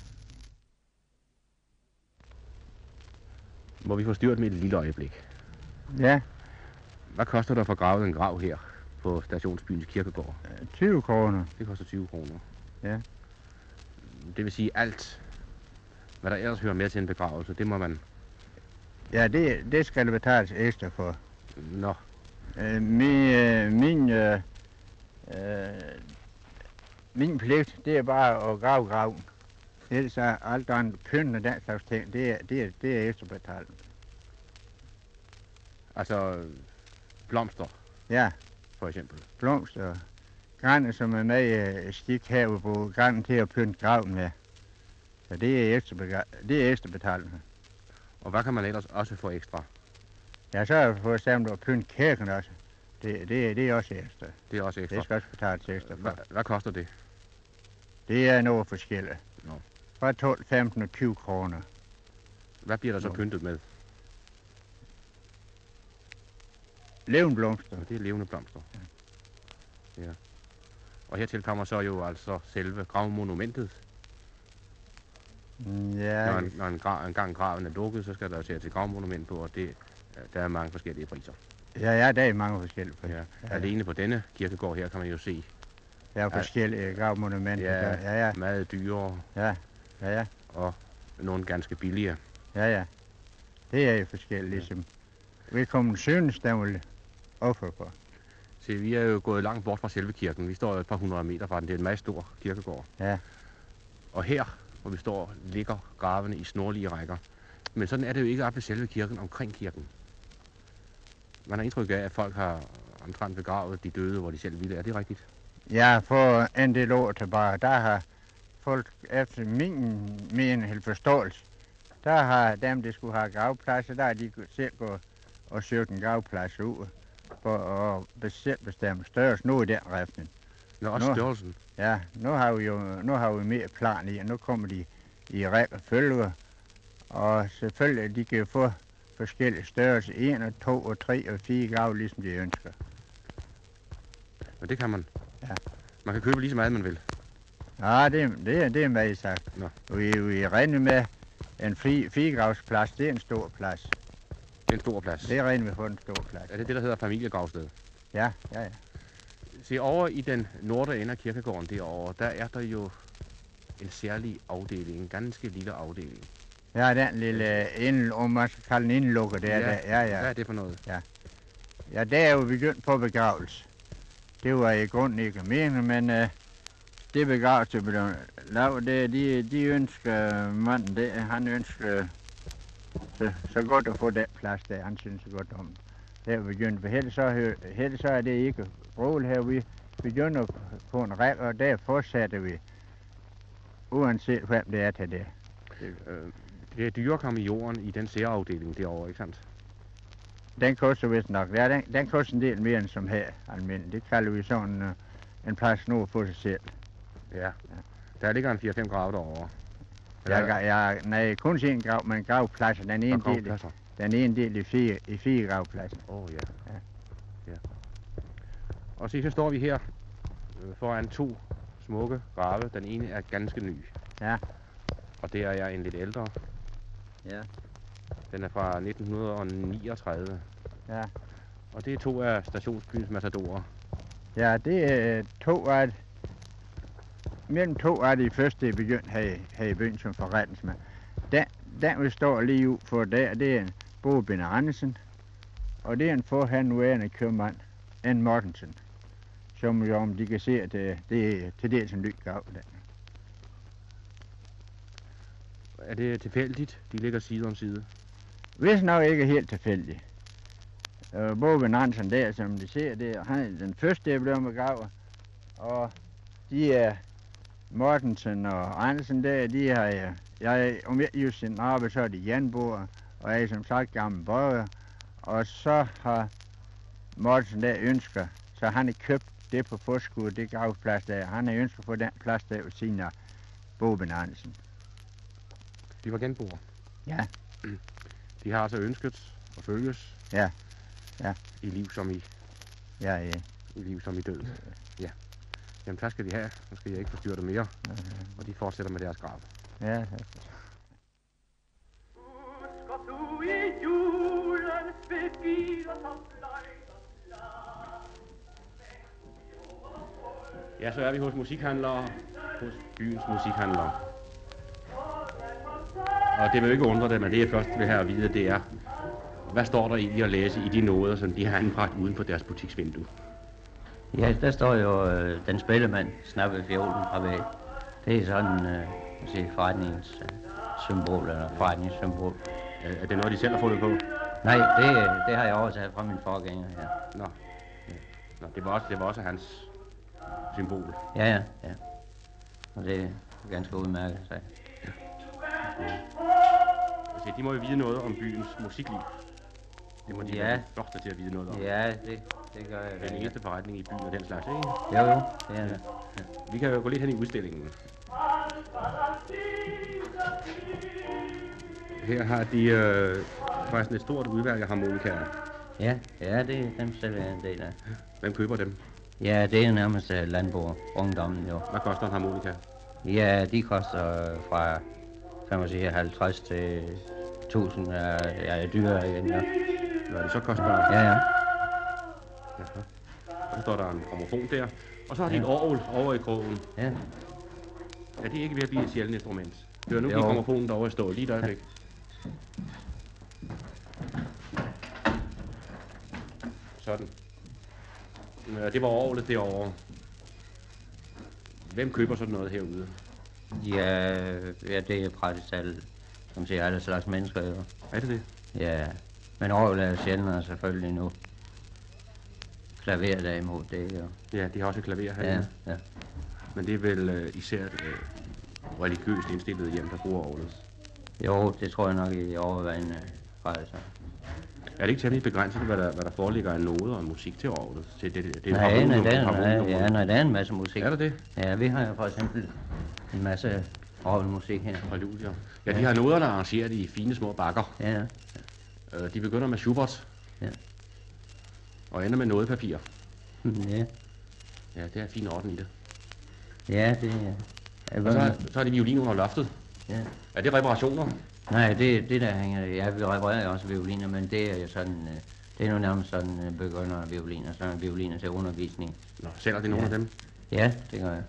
Må vi få styrt med et lille øjeblik? Ja. Hvad koster der for gravet en grav her på stationsbyens kirkegård? tyve kroner. Det koster tyve kroner. Ja. Det vil sige alt, hvad der ellers hører med til en begravelse, det må man... Ja, det, det skal der betales ekstra for. Nå. Øh, min, øh, min, øh, øh, min pligt, det er bare at grave graven. Ellers er alt andet pynt og den slags ting, det er, det er, det er ekstra betalt. Altså blomster? Ja. For eksempel? Blomster. Grænder, som er med i stik her, vi bruger grænden til at pynte graven med. Så det er ekstra, det er ekstra betalt. Og hvad kan man ellers også få ekstra? Ja, så er for eksempel at pynte kirken også. Det, det, det er også ekstra. Det er også ekstra? Det skal også betales ekstra for. Hva, hvad koster det? Det er noget forskelligt. Nå. Fra tolv, femten og tyve kroner. Hvad bliver der så Nå. pyntet med? Levende blomster. Ja, det er levende blomster. Ja. Ja. Og hertil kommer så jo altså selve gravmonumentet. Ja. Når, en, når en, gra, en gang graven er lukket, så skal der jo til et gravmonument på, og det, der er mange forskellige priser. Ja, ja, der er mange forskellige priser. Ja. Ja. Alene på denne kirkegård her kan man jo se. Der er forskellige gravmonumenter. Ja, ja, ja. meget dyre. Ja, ja, ja. Og nogle ganske billige. Ja, ja. Det er jo forskelligt, ligesom. Velkommen synes, der vil offer for. Se, vi er jo gået langt bort fra selve kirken. Vi står et par hundrede meter fra den. Det er en meget stor kirkegård. Ja. Og her, hvor vi står, ligger gravene i snorlige rækker. Men sådan er det jo ikke op ved selve kirken, omkring kirken. Man har indtryk af, at folk har omtrent begravet de døde, hvor de selv ville. Er det rigtigt? Ja, for en del år tilbage, der har folk efter min mening forståelse, der har dem, der skulle have gravpladser, der har de selv gået og søgt en gravplads ud for at selv bestemme størrelse. Nu i den retning. Nå, også størrelsen? Ja, nu har vi jo nu har vi mere plan i, og nu kommer de i række følger. Og selvfølgelig, de kan få forskellige størrelser. En, og to, og tre, og fire grav, ligesom de ønsker. Og det kan man? Ja. Man kan købe lige så meget, man vil? Ja, det, det, det er meget sagt. Nå. Vi, vi regner med en fri, firegravsplads, det er en stor plads. Det er en stor plads? Det regner vi på en stor plads. Er det det, der hedder familiegravsted? Ja, ja, ja. Se, over i den nordre ende af kirkegården derovre, der er der jo en særlig afdeling, en ganske lille afdeling. Ja, den lille, ind, om man skal kalde den indlukker, der, ja, der. Ja, ja. Hvad er det for noget? Ja, ja der er jo begyndt på begravelse. Det var i grunden ikke meningen, men uh, det begravelse blev lavet, det, de, de ønsker, manden, det, han ønsker så, så godt at få den plads der, han synes så godt om det. Det er begyndt, for helst så, helst så er det ikke rål her, vi begynder på en række, og der fortsætter vi, uanset hvem det er til det. Det er dyrekamp i jorden i den særafdeling derovre, ikke sandt? den koster vist nok. Ja, den, den koster en del mere end som her almindelig. Det kalder vi sådan uh, en plads nord for sig selv. Ja. Der ligger en fire fem grav derovre. Jeg, jeg, nej, kun én grav, men gravpladser. Den ene del, den ene del i fire, i fire gravpladser. Åh, oh, ja. ja. ja. Og se, så står vi her øh, foran to smukke grave. Den ene er ganske ny. Ja. Og det er jeg en lidt ældre. Ja. Den er fra nitten niogtredive. Ja. Og det er to af stationsbyens matadorer. Ja, det er to af... Mellem to af de første, der begyndte her, her i byen som forretningsmand. Den, den vi står lige ud for der, det er en Boben Andersen. Og det er en forhenværende købmand, en Mortensen. Som jo, om de kan se, at det, det er til dels en ny grav. Den. Er det tilfældigt, de ligger side om side? Hvis nok ikke helt tilfældigt. Uh, Boben Andersen der, som de ser, det er han er den første, der blev begravet. Og de er Mortensen og Andersen der, de har jeg, jeg om jeg just sin arbejde, så er de Janboer, og jeg er som sagt gammel borger. Og så har Mortensen der ønsker, så han har købt det på forskud, det gravplads der. Han har ønsket på den plads der ved siden af Boben Andersen. De var genboer? Ja. De har altså ønsket at følges? Ja. Ja. I liv som i? Ja, ja. I liv som i død? Ja. Jamen, tak skal de have. Nu skal jeg ikke forstyrre dem mere. Ja, ja. Og de fortsætter med deres grav. Ja, ja. Ja, så er vi hos musikhandlere. Hos byens musikhandlere. Og det vil jo ikke undre det, men det jeg først vil have at vide, det er, hvad står der egentlig at læse i de noder, som de har anbragt uden for deres butiksvindue? Ja, der står jo, øh, den spillemand snappede fiolen fra væg. Det er sådan, øh, sige, forretningens øh, symbol, eller forretningssymbol. Er, er det noget, de selv har fundet på? Nej, det, det har jeg overtaget fra min forgænger her. Nå, ja. Nå det, var også, det var også hans symbol. Ja, ja, ja. Og det er ganske udmærket, så. Ja. Altså, de må jo vide noget om byens musikliv. Det må de ja. være første til at vide noget om. Ja, det, det gør jeg. Den eneste forretning i byen og den slags, ikke? Jo, jo, det er ja. det. Ja. Vi kan jo gå lidt hen i udstillingen. Her har de øh, faktisk et stort udvalg af harmonikaer. Ja, ja, det er dem selv er en del af. Hvem køber dem? Ja, det er nærmest uh, landbrug, ungdommen jo. Hvad koster en harmonika? Ja, de koster fra kan man sige, halvtreds til tusind uh, ja, dyre igen. Ja. Hvad er det så kostbart? Ja, ja. Jaha. Så står der en gramofon der, og så har de ja. et orgel over i krogen. Ja. Ja, det er ikke ved at blive et sjældent instrument. Hør nu, de gramofonen derovre at stå lige et øjeblik. Sådan. Ja, det var orglet derovre. Hvem køber sådan noget herude? Ja, ja det er praktisk alle, som siger, alle slags mennesker jo. Er det det? Ja, men orglet er sjældnere selvfølgelig nu. Klaver derimod, det er jo. Ja, de har også et klaver herinde. Ja, ja. Men det er vel øh, især øh, religiøst indstillet hjem, der bruger orglet. Jo, det tror jeg nok i overvejende grad. Så. Er det ikke temmelig begrænset, hvad der, hvad der foreligger af noder og musik til orglet? Til det, det, det nej, nej, nej, nej, ja, nej, der er en masse musik. Er der det? Ja, vi har jo for eksempel en masse orgelmusik her. Præludier. Ja, de har noder, der er arrangeret i fine små bakker. Ja, ja. Øh, de begynder med Schubert. Ja. Og ender med nodepapir. Ja. Ja, det er fin orden i det. Ja, det er... Og så, så er det violin under loftet. Ja. Er det reparationer? Nej, det, det der hænger... Ja, vi reparerer også violiner, men det er jo sådan... Det er nu nærmest sådan begynder violiner, sådan violiner til undervisning. Nå, sælger det nogle ja. af dem? Ja, det gør jeg.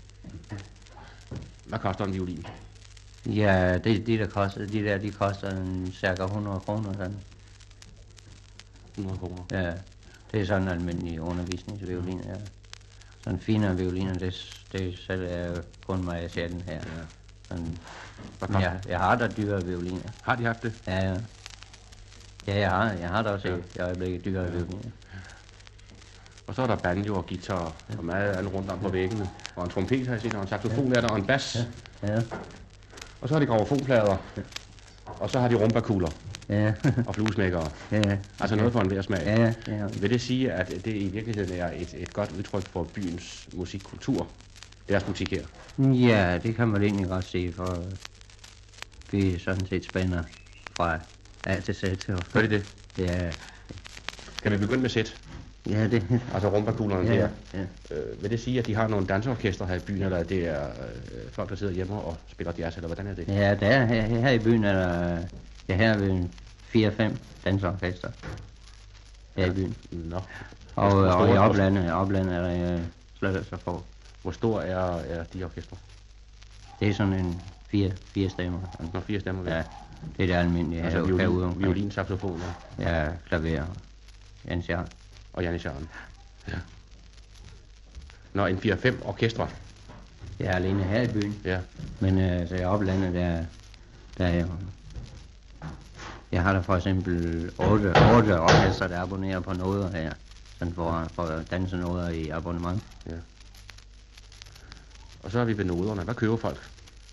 Hvad koster en violin? Ja, det, de der koster, de der, de koster en cirka hundrede kroner sådan. hundrede kroner? Ja, det er sådan en almindelig undervisningsviolin, ja. Sådan finere violiner, det, det selv er kun mig sjældent her. Ja. Sådan, jeg, jeg har da dyre violiner. Har de haft det? Ja, ja. Ja, jeg har, jeg har da også i øjeblikket dyre ja. violiner. Og så er der banjo og guitar ja. og meget andet rundt om på væggene. Og en trompet har jeg set, og en saxofon er der, og en bas. Ja. Ja. Og så har de gramofonplader. Ja. Og så har de rumbakugler. Ja. og fluesmækkere. Ja. Altså noget for enhver smag. Ja, ja. Ja. Vil det sige, at det i virkeligheden er et, et godt udtryk for byens musikkultur? Deres musik her? Ja, det kan man egentlig godt sige, for vi sådan set spænder fra A til Z. Gør det det? Ja. Kan vi begynde med sæt? Ja, det... Altså rumbakulerne ja, der. Ja. Øh, vil det sige, at de har nogle danseorkester her i byen, eller det er øh, folk, der sidder hjemme og spiller jazz, eller hvordan er det? Ja, der er, her, her i byen er der... Ja, her er vi fire fem danseorkester. Her i byen. Nå. Og, og i oplandet, oplandet er der øh, slet så få. Hvor stor er, er de orkester? Det er sådan en fire, fire stemmer. Nå, fire stemmer, vel? Ja, det er det almindelige. Altså herude, violin, herude violin, saxofon, ja. Ja, klaver. Jens Jarl. Og Janne Jarl. Ja. Nå, en fire fem orkestre. Jeg er alene her i byen. Ja. Men øh, så jeg oplandet, der, der er jo... Jeg har der for eksempel otte, otte orkester, der abonnerer på noder her. Sådan for, for at danse noder i abonnement. Ja. Og så er vi ved noderne. Hvad køber folk?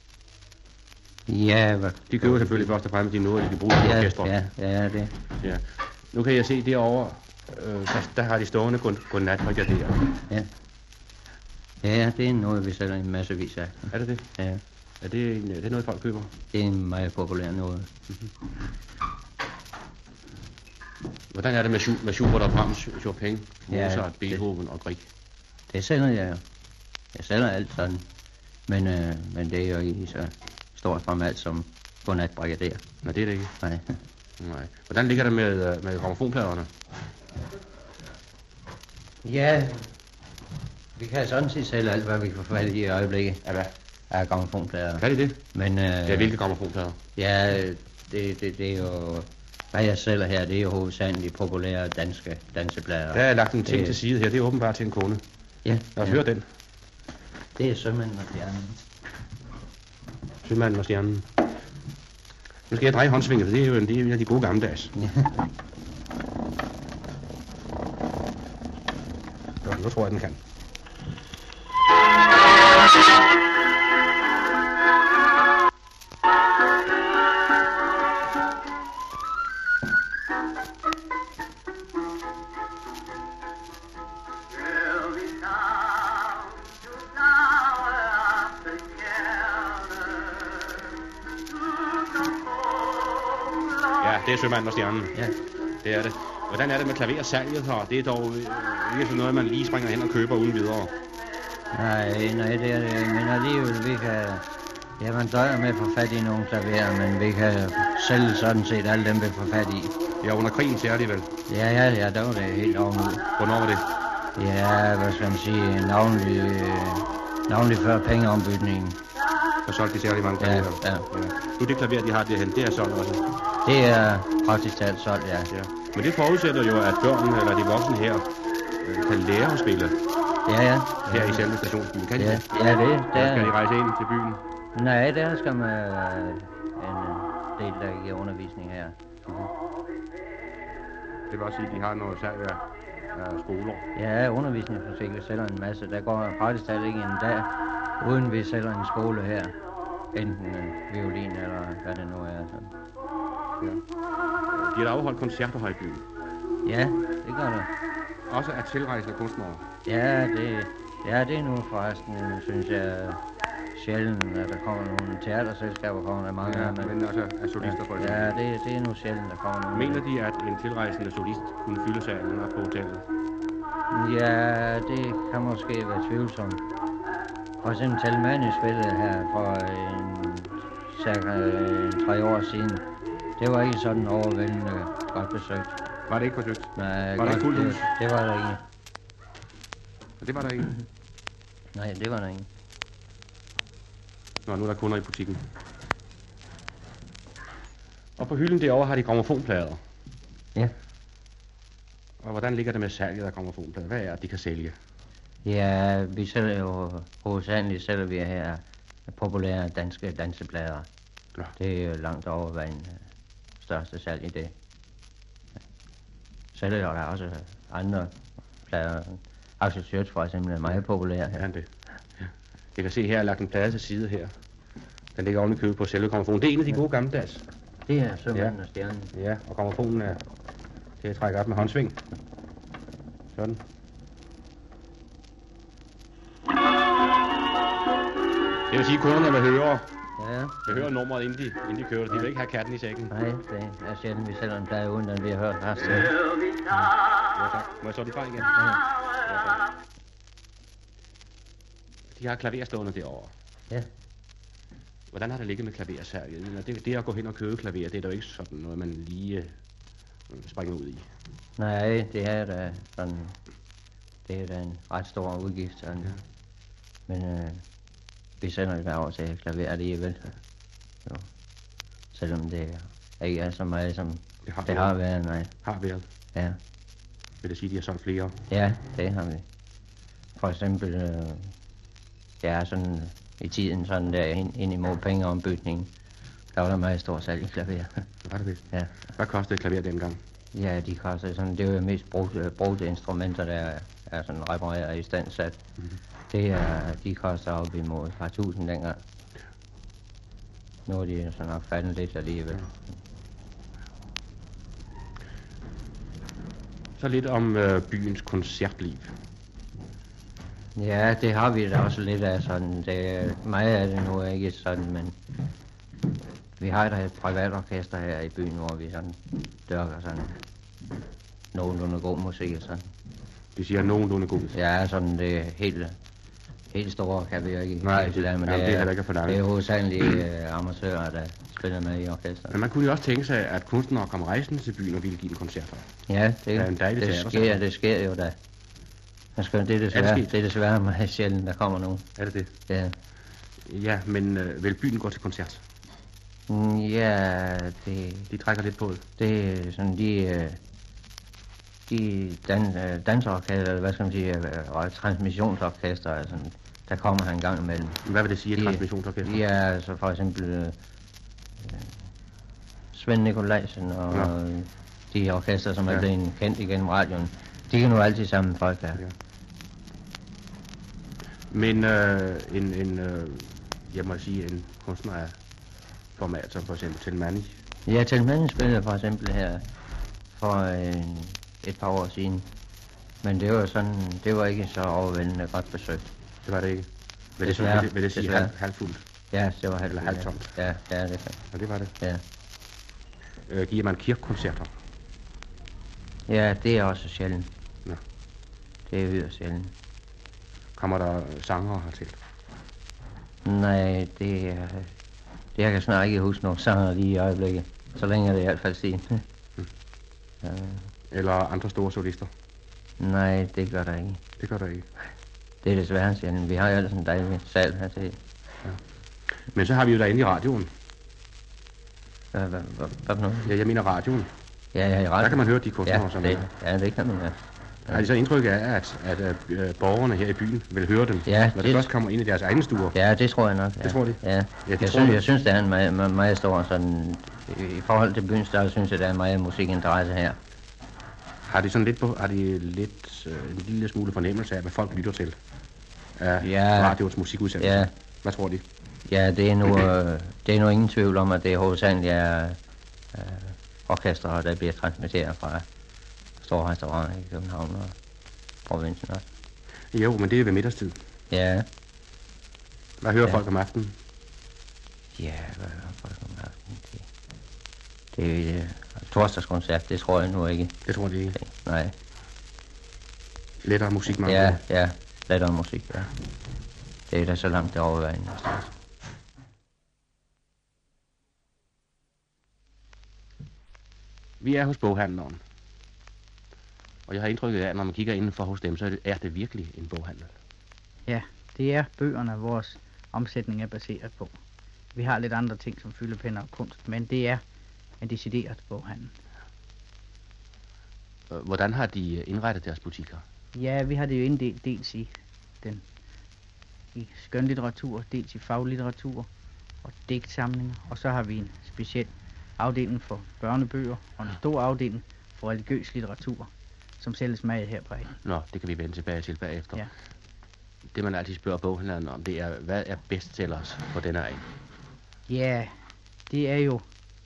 Ja, hvad... De køber selvfølgelig først og fremmest de noder, de kan bruge til ja, orkestre. Ja, ja, det. Ja. Nu kan jeg se derovre, øh, der, der har de stående godnatbrigaderer. Ja. Ja, det er noget, vi sælger en massevis af. Er det det? Ja. Er det, en, er det noget, folk køber? Det er en meget populær noget. Mm-hmm. Hvordan er det med, med Schubert og Brahms, Chopin, Mozart, ja, Beethoven og Grieg? Det sælger jeg jo. Jeg sælger alt sådan. Men, øh, men det er jo ikke så stort format som godnatbrigadeer. Nej, det er det ikke? Nej. Nej. Hvordan ligger det med, med grammofonpladerne? Ja, vi kan sådan set sælge alt, hvad vi får fat i i øjeblikket. Ja, hvad? Af grammofonplader. Kan det det? Men, øh, ja, hvilke grammofonplader? Ja, det, det, det er jo... Hvad jeg sælger her, det er jo hovedsageligt populære danske danseplader. Der er lagt en ting det, til side her, det er åbenbart til en kunde. Ja. Lad os ja. høre den. Det er Sømanden og Stjernen. Sømanden og Stjernen. Nu skal jeg dreje håndsvinget, for det er jo en, det er en af de gode gammeldags. Ja. Så, nu tror jeg, den kan. Det er Sømanden og Stjernen. Ja. Det er det. Hvordan er det med klaversalget her? Det er dog virkelig noget, man lige springer hen og køber uden videre. Nej, nej, det er det. Men alligevel, vi kan... Ja, man døjer med at få fat i nogle klaverer, men vi kan sælge sådan set alle dem, vi får fat i. Ja, under krigen særligt vel? Ja, ja, ja, der var det helt ovenud. Hvornår var det? Ja, hvad skal man sige, navnlig, navnlig før pengeombytningen. Så solgte de særlig mange klaverer? Ja, ja. ja. Nu det klaver, de har derhen, det er solgt også? Det er praktisk talt solgt, ja. ja. Men det forudsætter jo, at børnene eller de voksne her øh, kan lære at spille. Ja, ja. Her i selve stationsbyen. Kan ja, de? Ja, det. Der skal de rejse ind til byen? Nej, der skal man en del, der giver undervisning her. Mm-hmm. Det vil også sige, at de har noget salg af, af skoler? Ja, undervisningsmusik, vi sælger en masse. Der går faktisk talt ikke en dag, uden vi sælger en skole her. Enten uh, violin eller hvad det nu er. Så. Ja. De har afholdt koncerter her i byen? Ja, det gør det. Også af tilrejsende kunstnere? Ja, det, ja, det er nu forresten, synes jeg, sjældent, at der kommer nogle teaterselskaber, kommer der mange ja, af. Men, men altså af solister for eksempel? Ja, det, det er nu sjældent, der kommer nogle. Mener de, at en tilrejsende solist kunne fylde salen op på hotellet? Ja, det kan måske være tvivlsomt. For eksempel Talmani spillede her for en, cirka en, tre år siden. Det var ikke sådan overvældende godt besøgt. Var det ikke forsøgt? Nej, var det ikke fuldt hus? Det, det var der ikke. Det var der ikke? Nej, det var der ikke. Nå, nu er der kunder i butikken. Og på hylden derovre har de grammofonplader. Ja. Og hvordan ligger det med salget af grammofonplader? Hvad er det, de kan sælge? Ja, vi sælger jo hovedsageligt sælger vi her populære danske danseplader. Ja. Det er jo langt overvejende største salg i det. Sælger jo der også andre plader. Axel Schøtz for eksempel er meget populær her. Ja, det. Ja. Jeg kan se her, jeg har lagt en plade til side her. Den ligger oven i købet på selve grammofonen. Det er en af de gode gammeldags. Det er Sømanden og Stjernen. Ja, og grammofonen er til at trække op med håndsving. Sådan. Det vil sige, at kunderne vil høre, ja. vil høre nummeret, inden de, inden de kører det. De vil ikke have katten i sækken. Nej, det er sjældent, vi sælger en plade, uden at vi har hørt resten. Ja, tak. Må jeg så den fra igen? Ja. Ja, de har klaver stående derovre. Ja. Hvordan har det ligget med klaversalget? Det, det at gå hen og købe klaver, det er da ikke sådan noget, man lige øh, springer ud i. Nej, det er da sådan, det er da en ret stor udgift. Sådan. Ja. Men øh, vi sender ikke over til klaver alligevel. Jo. Selvom det ikke er så meget, som det har, det har været. Nej. Har været? Ja. Vil det sige, at de har solgt flere? Ja, det har vi. For eksempel, øh, det er sådan i tiden sådan der ind, ind imod pengeombygningen. Der var der meget stor salg i klaver. Var det det? Ja. Hvad kostede et klaver dengang? Ja, de kostede sådan, det er jo mest brugte, brugte instrumenter, der er, er sådan repareret i stand sat. Mm-hmm. Det er, de koster op imod et par tusind dengang. Nu er de så nok faldet lidt alligevel. Ja. Så lidt om øh, byens koncertliv. Ja, det har vi da også lidt af sådan. Det, meget af det nu er ikke sådan, men vi har da et privat orkester her i byen, hvor vi sådan dyrker sådan nogenlunde god musik og sådan. Det siger nogenlunde god? Ja, sådan det helt, helt store kan vi jo ikke. Nej, det, det, der, men jamen, det, det er er, heller ikke for det er hovedsageligt uh, amatører, der spiller med i orkestret. Men man kunne jo også tænke sig, at kunstnere kom rejsende til byen og ville give en koncert. Ja, det, det, er en dejlig det, teater, sker, det sker jo da. Skal, det, er desværre, er det, det er desværre meget sjældent, der kommer nogen. Er det det? Ja. Ja, men øh, vil byen gå til koncert? Mm, ja, det... De trækker lidt på det. Det er sådan, de... De dan, danserorkester, eller hvad skal man sige, og transmissionsorkester, altså, der kommer han en gang imellem. Hvad vil det sige, et transmissionsorkester? Ja, altså for eksempel øh, Svend Nikolajsen og ja. De orkester, som ja. er blevet kendt igennem radioen, de kan nu altid sammen folk der. Ja. Men øh, en, en øh, jeg må sige, en kunstner af format, som for eksempel Telmanni. Ja, Telmanni spillede for eksempel her for øh, et par år siden. Men det var sådan, det var ikke så overvældende godt besøgt. Det var det ikke? Vil det, så, vil det, vil det sige halv, halvfuldt? Ja, det var halv, eller halvtomt? Ja, ja, det kan. Og det var det? Ja. Øh, giver man kirkekoncerter? Ja, det er også sjældent. Ja. Det er yderst sjældent. Kommer der sanger hertil? Nej, det er... Det jeg kan snart ikke huske nogle sanger lige i øjeblikket. Så længe er det i hvert fald siden. Hmm. Ja. Eller andre store solister? Nej, det gør der ikke. Det gør der ikke? Det er desværre sjældent. Vi har jo ellers en dejlig sal her til. Ja. Men så har vi jo derinde i radioen. Hvad, hvad, hvad, hvad for noget? Ja, jeg mener radioen. Ja, ja, i radioen. Der kan man høre de kunstnere, ja, som det, er. Ja, det kan man, ja. Har de så indtryk af, at, at, at øh, borgerne her i byen vil høre dem, ja, når det først kommer ind i deres egne stuer? Ja, det tror jeg nok. Ja. Det tror de? Ja. Ja, jeg, tror synes, jeg synes, det er en meget, meget, meget stor sådan... I forhold til byens størrelse, synes jeg, der er meget musikinteresse her. Har de sådan lidt, på, har de lidt øh, en lille smule fornemmelse af, hvad folk lytter til? Af ja. radios musikudsendelser? Ja. Hvad tror de? Ja, det er nu, øh, det er nu ingen tvivl om, at det er hovedsageligt er øh, orkestre, der bliver transmitteret fra store restauranter i København og provinsen også. Jo, men det er ved middagstid. Ja. Hvad hører ja. folk om aftenen? Ja, hvad hører folk om aftenen? Det, det er uh, torsdagskoncert, det tror jeg nu ikke. Det tror de ikke? Nej. Lettere musik, man Ja, ja, lettere musik, ja. Det er da så langt det overvejende. Vi er hos boghandleren. Og jeg har indtrykket af, at når man kigger indenfor hos dem, så er det virkelig en boghandel. Ja, det er bøgerne, vores omsætning er baseret på. Vi har lidt andre ting som fyldepenner og kunst, men det er en decideret boghandel. Hvordan har de indrettet deres butikker? Ja, vi har det jo inddelt dels i den i skønlitteratur, dels i faglitteratur og digtsamlinger, og så har vi en speciel afdeling for børnebøger og en stor afdeling for religiøs litteratur, som sælges meget her på A. Nå, det kan vi vende tilbage til bagefter. Ja. Det man altid spørger boghandleren om, det er, hvad er bestsellers på denne egen? Ja, det er jo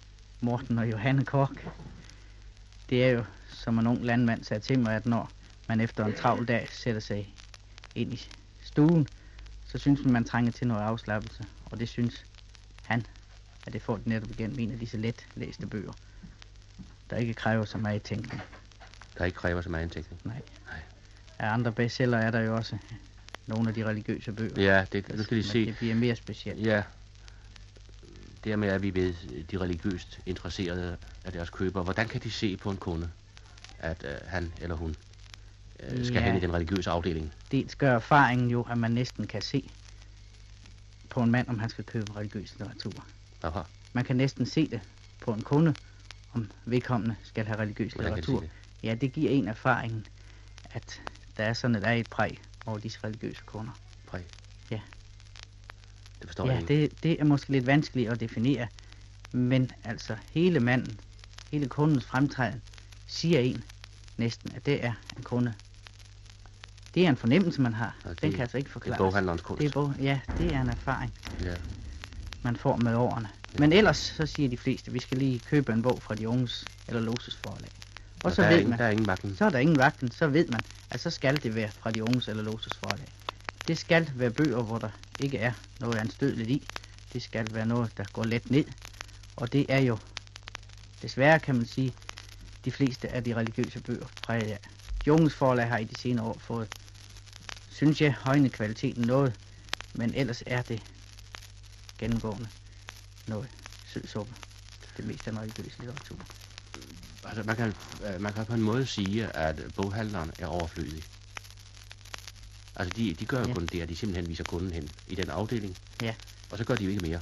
Morten og Johanne Kork. Det er jo, som en ung landmand sagde til mig, at når man efter en travl dag sætter sig ind i stuen, så synes man, man trænger til noget afslappelse. Og det synes han, at det får det netop igennem en af disse let læste bøger, der ikke kræver så meget tænkning. Der ikke kræver så meget tænkning? Nej. Nej. Af andre bestseller er der jo også nogle af de religiøse bøger. Ja, det, nu skal de se. Det bliver mere specielt. Ja. Dermed er vi ved de religiøst interesserede af deres købere. Hvordan kan de se på en kunde, at øh, han eller hun øh, skal ja. hen i den religiøse afdeling? Det gør erfaringen jo, at man næsten kan se på en mand, om han skal købe religiøs litteratur. Aha. Man kan næsten se det på en kunde, om vedkommende skal have religiøs Hvordan litteratur. det? Ja, det giver en erfaringen, at der er sådan et af et præg over disse religiøse kunder. Præg? Ja. Det forstår ja, jeg ikke. det, det er måske lidt vanskeligt at definere, men altså hele manden, hele kundens fremtræden, siger en næsten, at det er en kunde. Det er en fornemmelse, man har. Og det, Den kan altså ikke forklares. Det er boghandlerens kunst. Det er bog, ja, det er en erfaring, ja. man får med årene. Ja. Men ellers så siger de fleste, at vi skal lige købe en bog fra de unges eller Loses forlag. Og, og så der ved er ingen, man, der er ingen vagten. Så er der ingen vagten, så ved man, at så skal det være fra de unges eller Loses forlag. Det skal være bøger, hvor der ikke er noget anstødeligt i. Det skal være noget, der går let ned. Og det er jo, desværre kan man sige, de fleste af de religiøse bøger fra ja. De unges forlag har i de senere år fået, synes jeg, højnet kvaliteten noget. Men ellers er det gennemgående noget sødsuppe. Det meste af religiøs litteratur. Altså, man kan, man kan på en måde sige, at boghandlerne er overflødige. Altså, de, de gør jo ja. kun det, at de simpelthen viser kunden hen i den afdeling. Ja. Og så gør de jo ikke mere.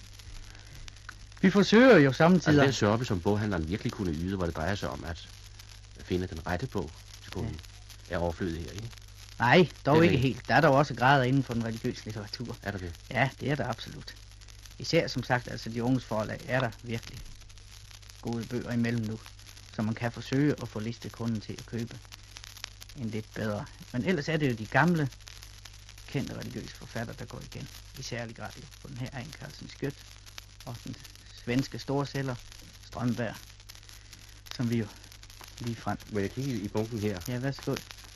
Vi forsøger jo samtidig... Altså, den service, som boghandleren virkelig kunne yde, hvor det drejer sig om at finde den rette bog til kunden, ja. er overflødig her, ikke? Nej, dog det ikke ikke. helt. Der er dog også grader inden for den religiøse litteratur. Er der det? Ja, det er der absolut. Især, som sagt, altså de unges forlag, er der virkelig gode bøger imellem nu, så man kan forsøge at få listet kunden til at købe en lidt bedre. Men ellers er det jo de gamle, kendte religiøse forfattere, der går igen. I særlig grad jo på den her Ejn Carlsen Skjødt og den svenske storsælger Strømberg, som vi jo lige frem. Må jeg kigge i bunken her? Ja, værsgo.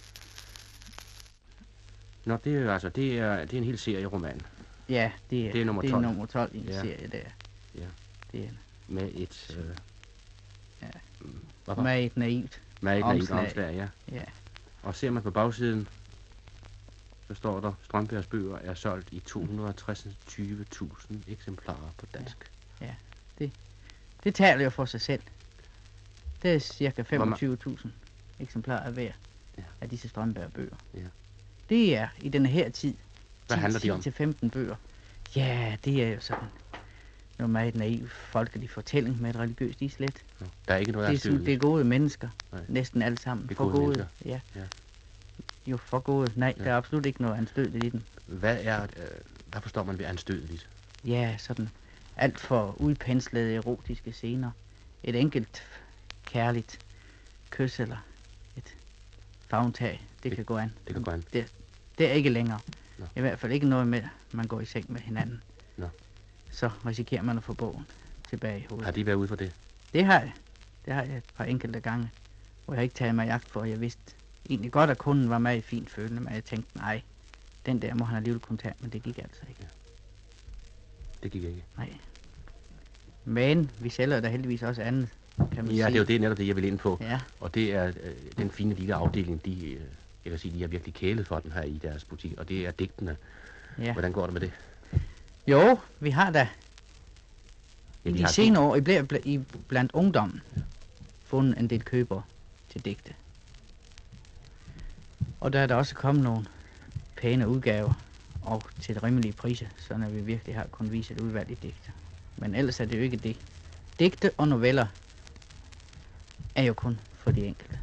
Nå, det er altså, det er, det er en hel serie roman. Ja, det er, det er nummer det tolv. Er nummer tolv i en ja. serie der. Ja. Det er med et... Øh, ja. Med et naivt Med et naivt omslag, ja. ja. Og ser man på bagsiden, så står der, Strømbergs bøger er solgt i to hundrede og treogtyve tusind eksemplarer på dansk. Ja, ja. Det, det taler jo for sig selv. Det er cirka femogtyve tusind eksemplarer hver ja. af disse Strømberg bøger. Ja. Det er i denne her tid Hvad handler de om? ti til femten bøger. Ja, det er jo sådan noget meget naiv folkelig fortælling med et religiøst islet. Ja. Der er ikke noget det er, det er gode mennesker. Nej. Næsten alle sammen. Det er for gode, gode ja. ja. Jo, for gode. Nej, ja. der er absolut ikke noget anstødeligt i den. Hvad er, øh, hvad forstår man ved anstødeligt? Ja, sådan alt for udpenslede erotiske scener. Et enkelt kærligt kys eller et favntag, det, det kan gå an. Det kan gå an. Det, det er ikke længere. Nå. I hvert fald ikke noget med, at man går i seng med hinanden. Nå. Så risikerer man at få bogen tilbage i hovedet. Har de været ude for det? Det har jeg. Det har jeg et par enkelte gange, hvor jeg ikke taget mig jagt for. Jeg vidste egentlig godt, at kunden var meget fint følende, men jeg tænkte, nej, den der må han alligevel kunne tage, men det gik altså ikke. Ja. Det gik ikke? Nej. Men vi sælger da heldigvis også andet, kan man ja, sige. Ja, det er jo det netop det, jeg vil ind på. Ja. Og det er øh, den fine lille afdeling, de, øh, jeg vil sige, de har virkelig kælet for den her i deres butik, og det er digtene. Ja. Hvordan går det med det? Jo, vi har da ja, i de, de senere år, i, bl bl i blandt ungdommen, fundet en del købere til digte. Og der er der også kommet nogle pæne udgaver, og til rimelige priser, så når vi virkelig har kun vist et udvalg i digte. Men ellers er det jo ikke det. Digte og noveller er jo kun for de enkelte.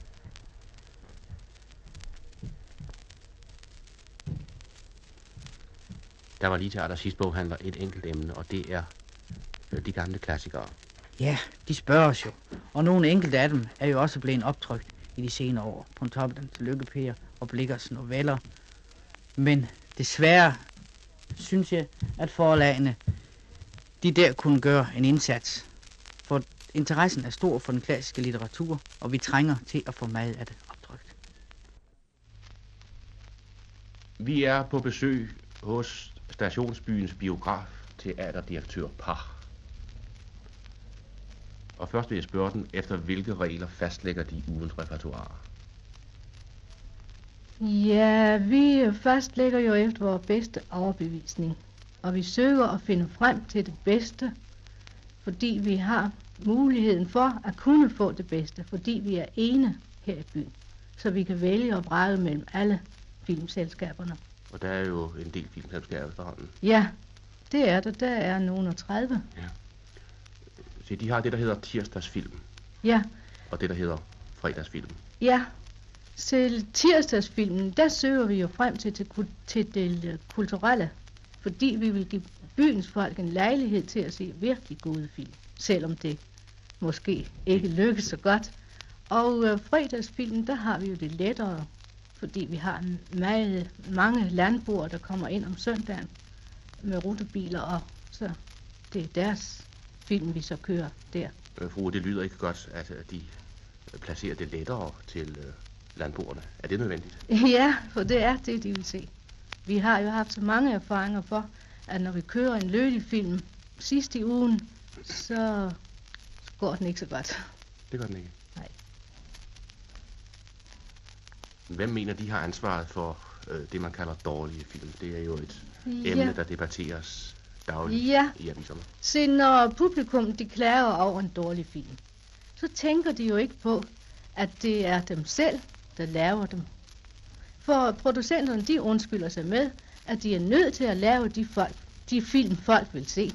Der var lige til allersidst boghandler et enkelt emne, og det er de gamle klassikere. Ja, de spørger os jo. Og nogle enkelte af dem er jo også blevet optrykt i de senere år. Pontoppidan til Lykke-Per og Blichers noveller. Men desværre synes jeg, at forlagene, de der kunne gøre en indsats. For interessen er stor for den klassiske litteratur, og vi trænger til at få meget af det optrykt. Vi er på besøg hos stationsbyens biograf, teaterdirektør Par. Og først vil jeg spørge den, efter hvilke regler fastlægger de ugens repertoire? Ja, vi fastlægger jo efter vores bedste overbevisning. Og vi søger at finde frem til det bedste, fordi vi har muligheden for at kunne få det bedste, fordi vi er ene her i byen. Så vi kan vælge at vrage mellem alle filmselskaberne. Og der er jo en del filmselskaber efterhånden. Ja, det er der. Der er nogen og tredive. Ja. Så de har det, der hedder tirsdagsfilm. Ja. Og det, der hedder fredagsfilm. Ja. Til tirsdagsfilmen, der søger vi jo frem til, til, til det kulturelle. Fordi vi vil give byens folk en lejlighed til at se virkelig gode film. Selvom det måske ikke lykkes så godt. Og øh, fredagsfilmen, der har vi jo det lettere. Fordi vi har meget, mange landboer, der kommer ind om søndagen med rutebiler, og så det er deres film, vi så kører der. Øh, fru, det lyder ikke godt, at de placerer det lettere til øh, landboerne. Er det nødvendigt? Ja, for det er det, de vil se. Vi har jo haft så mange erfaringer for, at når vi kører en lødig film sidst i ugen, så går den ikke så godt. Det gør den ikke? Nej. Hvem mener, de har ansvaret for øh, det, man kalder dårlige film? Det er jo et Ja. emne, der debatteres dagligt Ja. i aviserne. Se, når publikum de klager over en dårlig film, så tænker de jo ikke på, at det er dem selv, der laver dem. For producenterne, de undskylder sig med, at de er nødt til at lave de, folk, de film, folk vil se.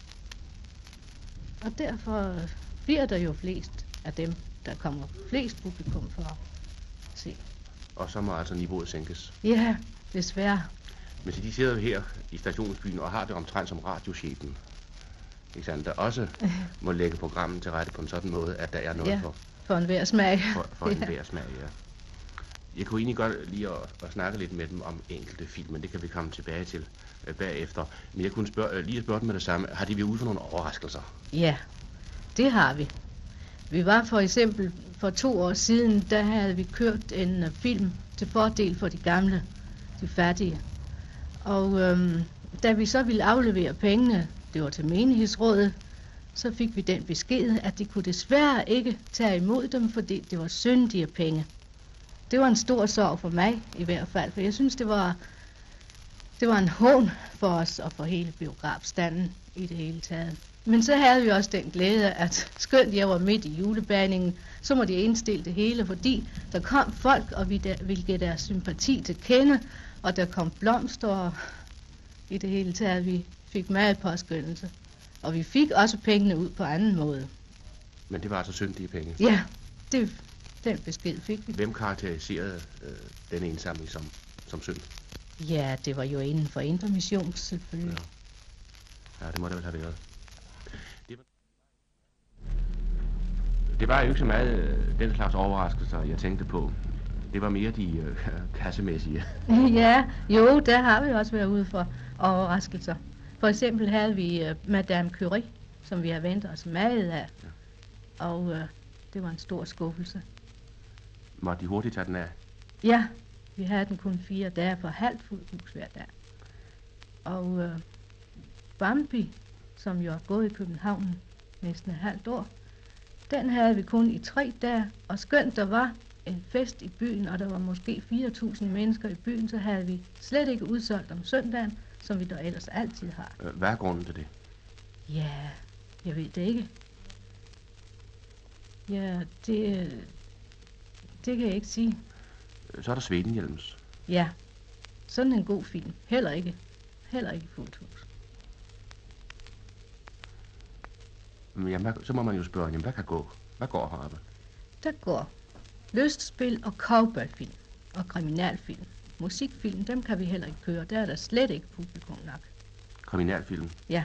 Og derfor bliver der jo flest af dem, der kommer flest publikum for at se. Og så må altså niveauet sænkes. Ja, desværre. Men så de sidder jo her i stationsbyen og har det omtrent som radiochefen. Ikke sandt? Der også må lægge programmet til rette på en sådan måde, at der er noget Ja, for, for enhver smag. for, for Ja. enhver smag. Ja. Jeg kunne egentlig godt lide at, at snakke lidt med dem om enkelte film, men det kan vi komme tilbage til øh, bagefter. Men jeg kunne spørge, øh, lige spørge dem med det samme. Har de været ude for nogle overraskelser? Ja, det har vi. Vi var for eksempel for to år siden, der havde vi kørt en uh, film til fordel for de gamle, de fattige. Og øhm, da vi så ville aflevere pengene, det var til menighedsrådet, så fik vi den besked, at de kunne desværre ikke tage imod dem, fordi det var syndige penge. Det var en stor sorg for mig i hvert fald, for jeg synes, det var, det var en hån for os og for hele biografstanden i det hele taget. Men så havde vi også den glæde, at skønt jeg var midt i julebaningen, så må de indstille det hele, fordi der kom folk, og vi der, ville give deres sympati til kende, og der kom blomster, og i det hele taget, vi fik meget påskyndelse. Og vi fik også pengene ud på anden måde. Men det var altså syndige penge? Ja, det, den besked fik vi. Hvem karakteriserede øh, denne indsamling som, som synd? Ja, det var jo inden for Indre Mission, selvfølgelig. Ja. Ja, det må det vel have været. Det var, det var jo ikke så meget øh, den slags overraskelser, jeg tænkte på. Det var mere de øh, kassemæssige. Ja, jo, der har vi også været ude for overraskelser. For eksempel havde vi uh, Madame Curie, som vi har ventet os meget af. Ja. Og uh, det var en stor skuffelse. Måtte de hurtigt tage den af? Ja, vi havde den kun fire dage på halvt fuld hus hver dag. Og uh, Bambi, som jo har gået i København næsten et halvt år, den havde vi kun i tre dage. Og skønt der var en fest i byen, og der var måske fire tusind mennesker i byen, så havde vi slet ikke udsolgt om søndagen, som vi da ellers altid har. Hvad er grunden til det? Ja, jeg ved det ikke. Ja, det, det kan jeg ikke sige. Så er der Svedenhjelms. Ja, sådan en god film. Heller ikke. Heller ikke fuldt hus. Men jamen, så må man jo spørge, jamen, hvad kan gå? Hvad går her? Der går lystspil og cowboyfilm og kriminalfilm. Musikfilm, dem kan vi heller ikke køre. Der er der slet ikke publikum nok. Kriminalfilm? Ja.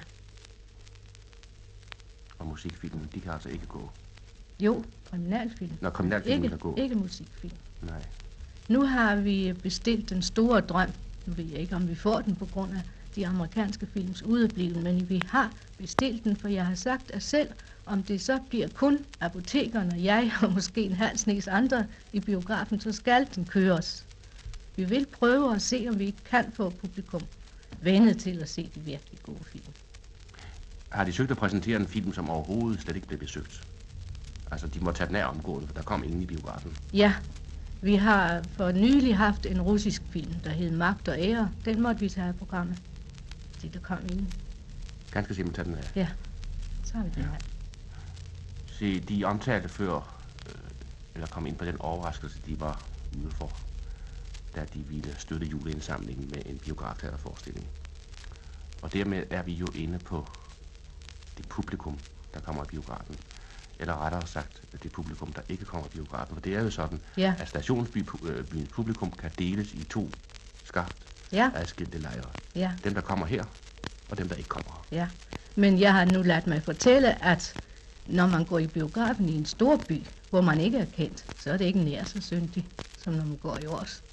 Og musikfilmen, de kan altså ikke gå? Jo, kriminalfilm. Nå, kriminalfilmen ikke, kan gå? Ikke musikfilm. Nej. Nu har vi bestilt Den Store Drøm. Nu ved jeg ikke, om vi får den på grund af de amerikanske films udebliven, men vi har bestilt den, for jeg har sagt, at selv Om det så bliver kun apotekerne og jeg, og måske en halv snes andre i biografen, så skal den køres. Vi vil prøve at se, om vi ikke kan få publikum vendet til at se de virkelig gode film. Har de søgt at præsentere en film, som overhovedet slet ikke blev besøgt? Altså, de må tage den af omgående, for der kom ingen i biografen. Ja, vi har for nylig haft en russisk film, der hed Magt og Ære. Den måtte vi tage af programmet, fordi der kom ingen. Ganske simpelthen tage den af. Ja, så har vi den her. Se, de omtalte før, øh, eller kom ind på den overraskelse, de var ude for, da de ville støtte juleindsamlingen med en biografteaterforestilling. Og dermed er vi jo inde på det publikum, der kommer i biografen. Eller rettere sagt, det publikum, der ikke kommer i biografen. For det er jo sådan, ja. at stationsbyens publikum kan deles i to skarpt ja. adskilte lejre. Ja. Dem, der kommer her, og dem, der ikke kommer her. Ja, men jeg har nu ladt mig fortælle, at når man går i biografen i en stor by, hvor man ikke er kendt, så er det ikke nær så syndigt, som når man går i Års.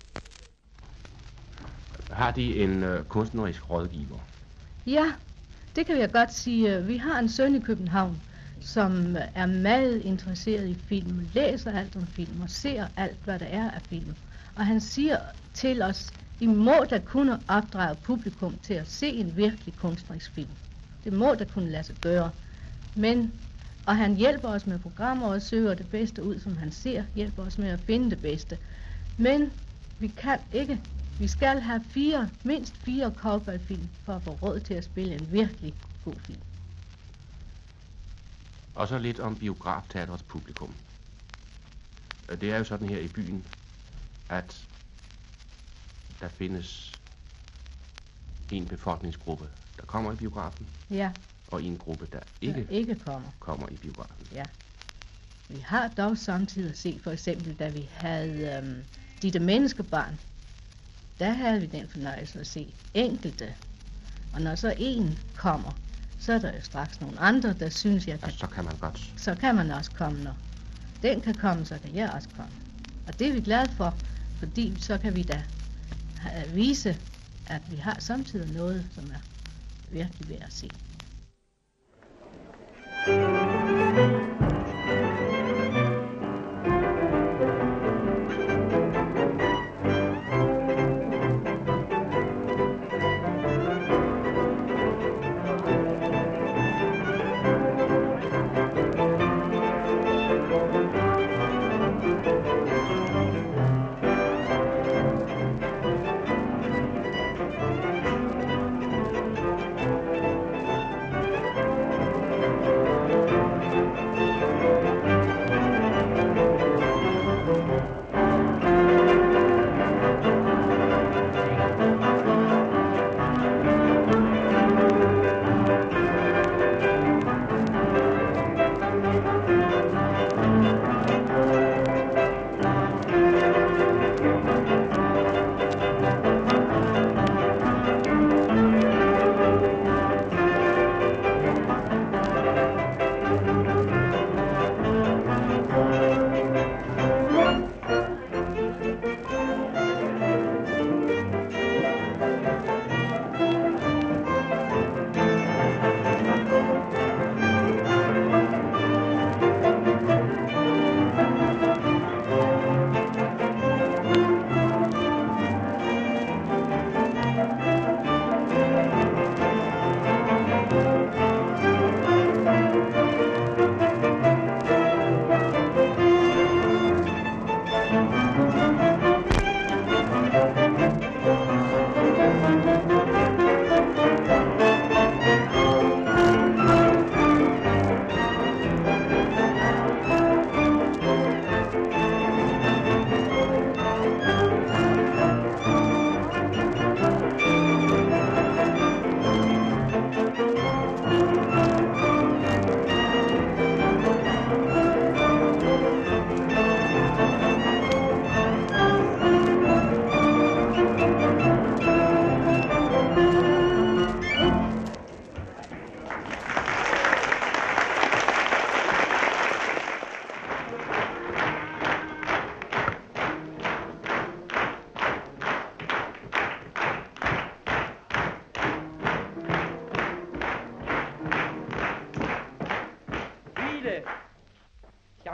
Har de en øh, kunstnerisk rådgiver? Ja, det kan jeg godt sige. Vi har en søn i København, som er meget interesseret i film, læser alt om film og ser alt, hvad der er af film. Og han siger til os, I må da kunne opdrage publikum til at se en virkelig kunstnerisk film. Det må da kunne lade sig gøre. Men, og han hjælper os med programmer og søger det bedste ud, som han ser, hjælper os med at finde det bedste. Men vi kan ikke, vi skal have fire, mindst fire cowboyfilm for at få råd til at spille en virkelig god film. Og så lidt om biografteatrets publikum. Det er jo sådan her i byen, at der findes en befolkningsgruppe, der kommer i biografen, ja. og en gruppe, der ikke, der ikke kommer. kommer i biografen. Ja. Vi har dog samtidig set, for eksempel, da vi havde øhm, Ditte Menneskebarn, der havde vi den fornøjelse at se enkelte. Og når så en kommer, så er der jo straks nogle andre, der synes, jeg kan... Ja, så kan man godt. Så kan man også komme, når den kan komme, så kan jeg også komme. Og det er vi glade for, fordi så kan vi da vise, at vi har samtidig noget, som er virkelig værd at se.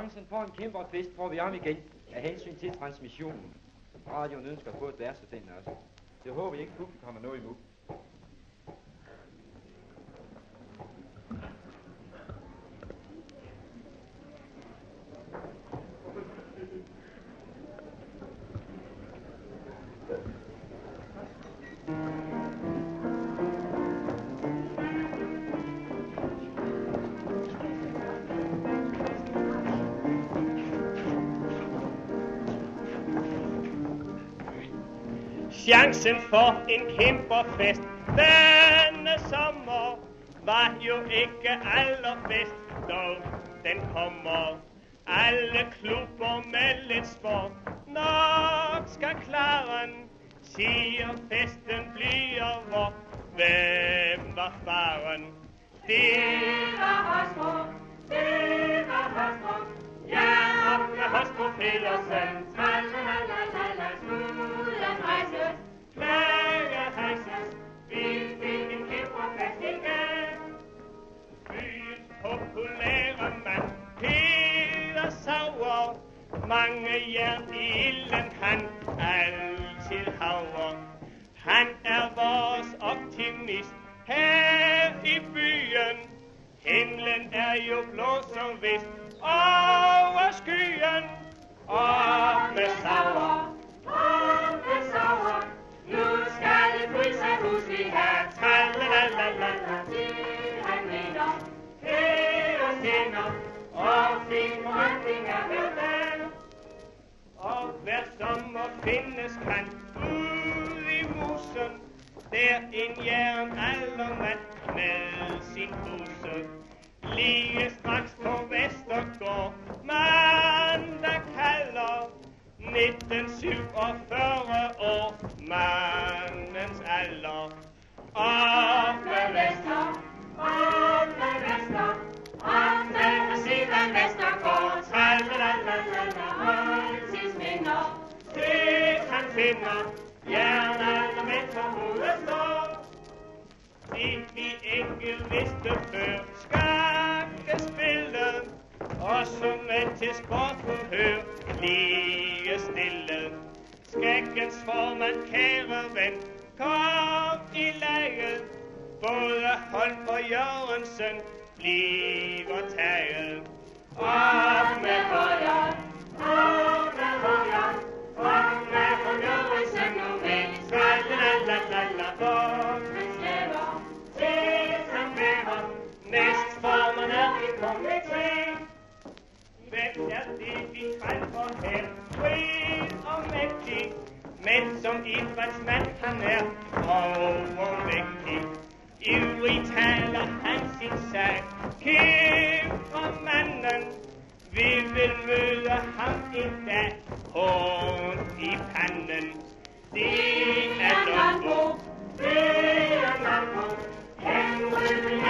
Chancen for en kæmpe fest får vi om igen af hensyn til transmissionen. Radioen ønsker at få et vers af den også. Det håber jeg ikke, publikum kommer noget imod. Chancen for en kæmperfest denne sommer var jo ikke allerbedst, dog den kommer. Alle klubber med lidt sport nok skal klare den, siger festen bliver vor. Hvem var faren? Det var Hosbro, det var Hosbro. Ja, op med Hosbro Pedersen. Tralalalala, smuden rejses, flagge hejses. Vi fik en kæmperfest igen. Byens populære mand, Peter Sauer. Mange jern i ilden han altid haver. Han er vores optimist her i byen. Himlen er jo blå som vist over skyen. Op med Sauer, op med Sauer. Nu skal det pølsehus vi have. Tralalalala, det han mener. Her sender, og fin forretning er hver dag. Og hver sommer findes kan ud i musen, der en jernaldermand med sin huse. Lige straks på Vestergård, mandag kalder, nitten syvogfyrre år, mandens alder. Op med Vester, op med Vester, op med Sivan Vestergård. Tralalalala, oldtidsminder, det han finder, jernaldermænd på hovedet står. Det vi ikke vidste før, skakkespillet, også med til sportforhør, lige stille. Skæggens formand, kære ven, kom i laget. Både Holm og Jørgensen bliver taget. Op med Højer, op med Højer, op med Holm Jørgensen nu vel. Tralalalala, hvor han slæber, det han bærer. Næstformand er vi kommet til. Hvem er det, vi træffer her? Fri og mægtig, men som idrætsmand han er overvægtig. Ivrig taler han sin sag, kæmper manden. Vi vil møde ham en dag, hånd i panden. Det er Lombo, det er Lombo, Henry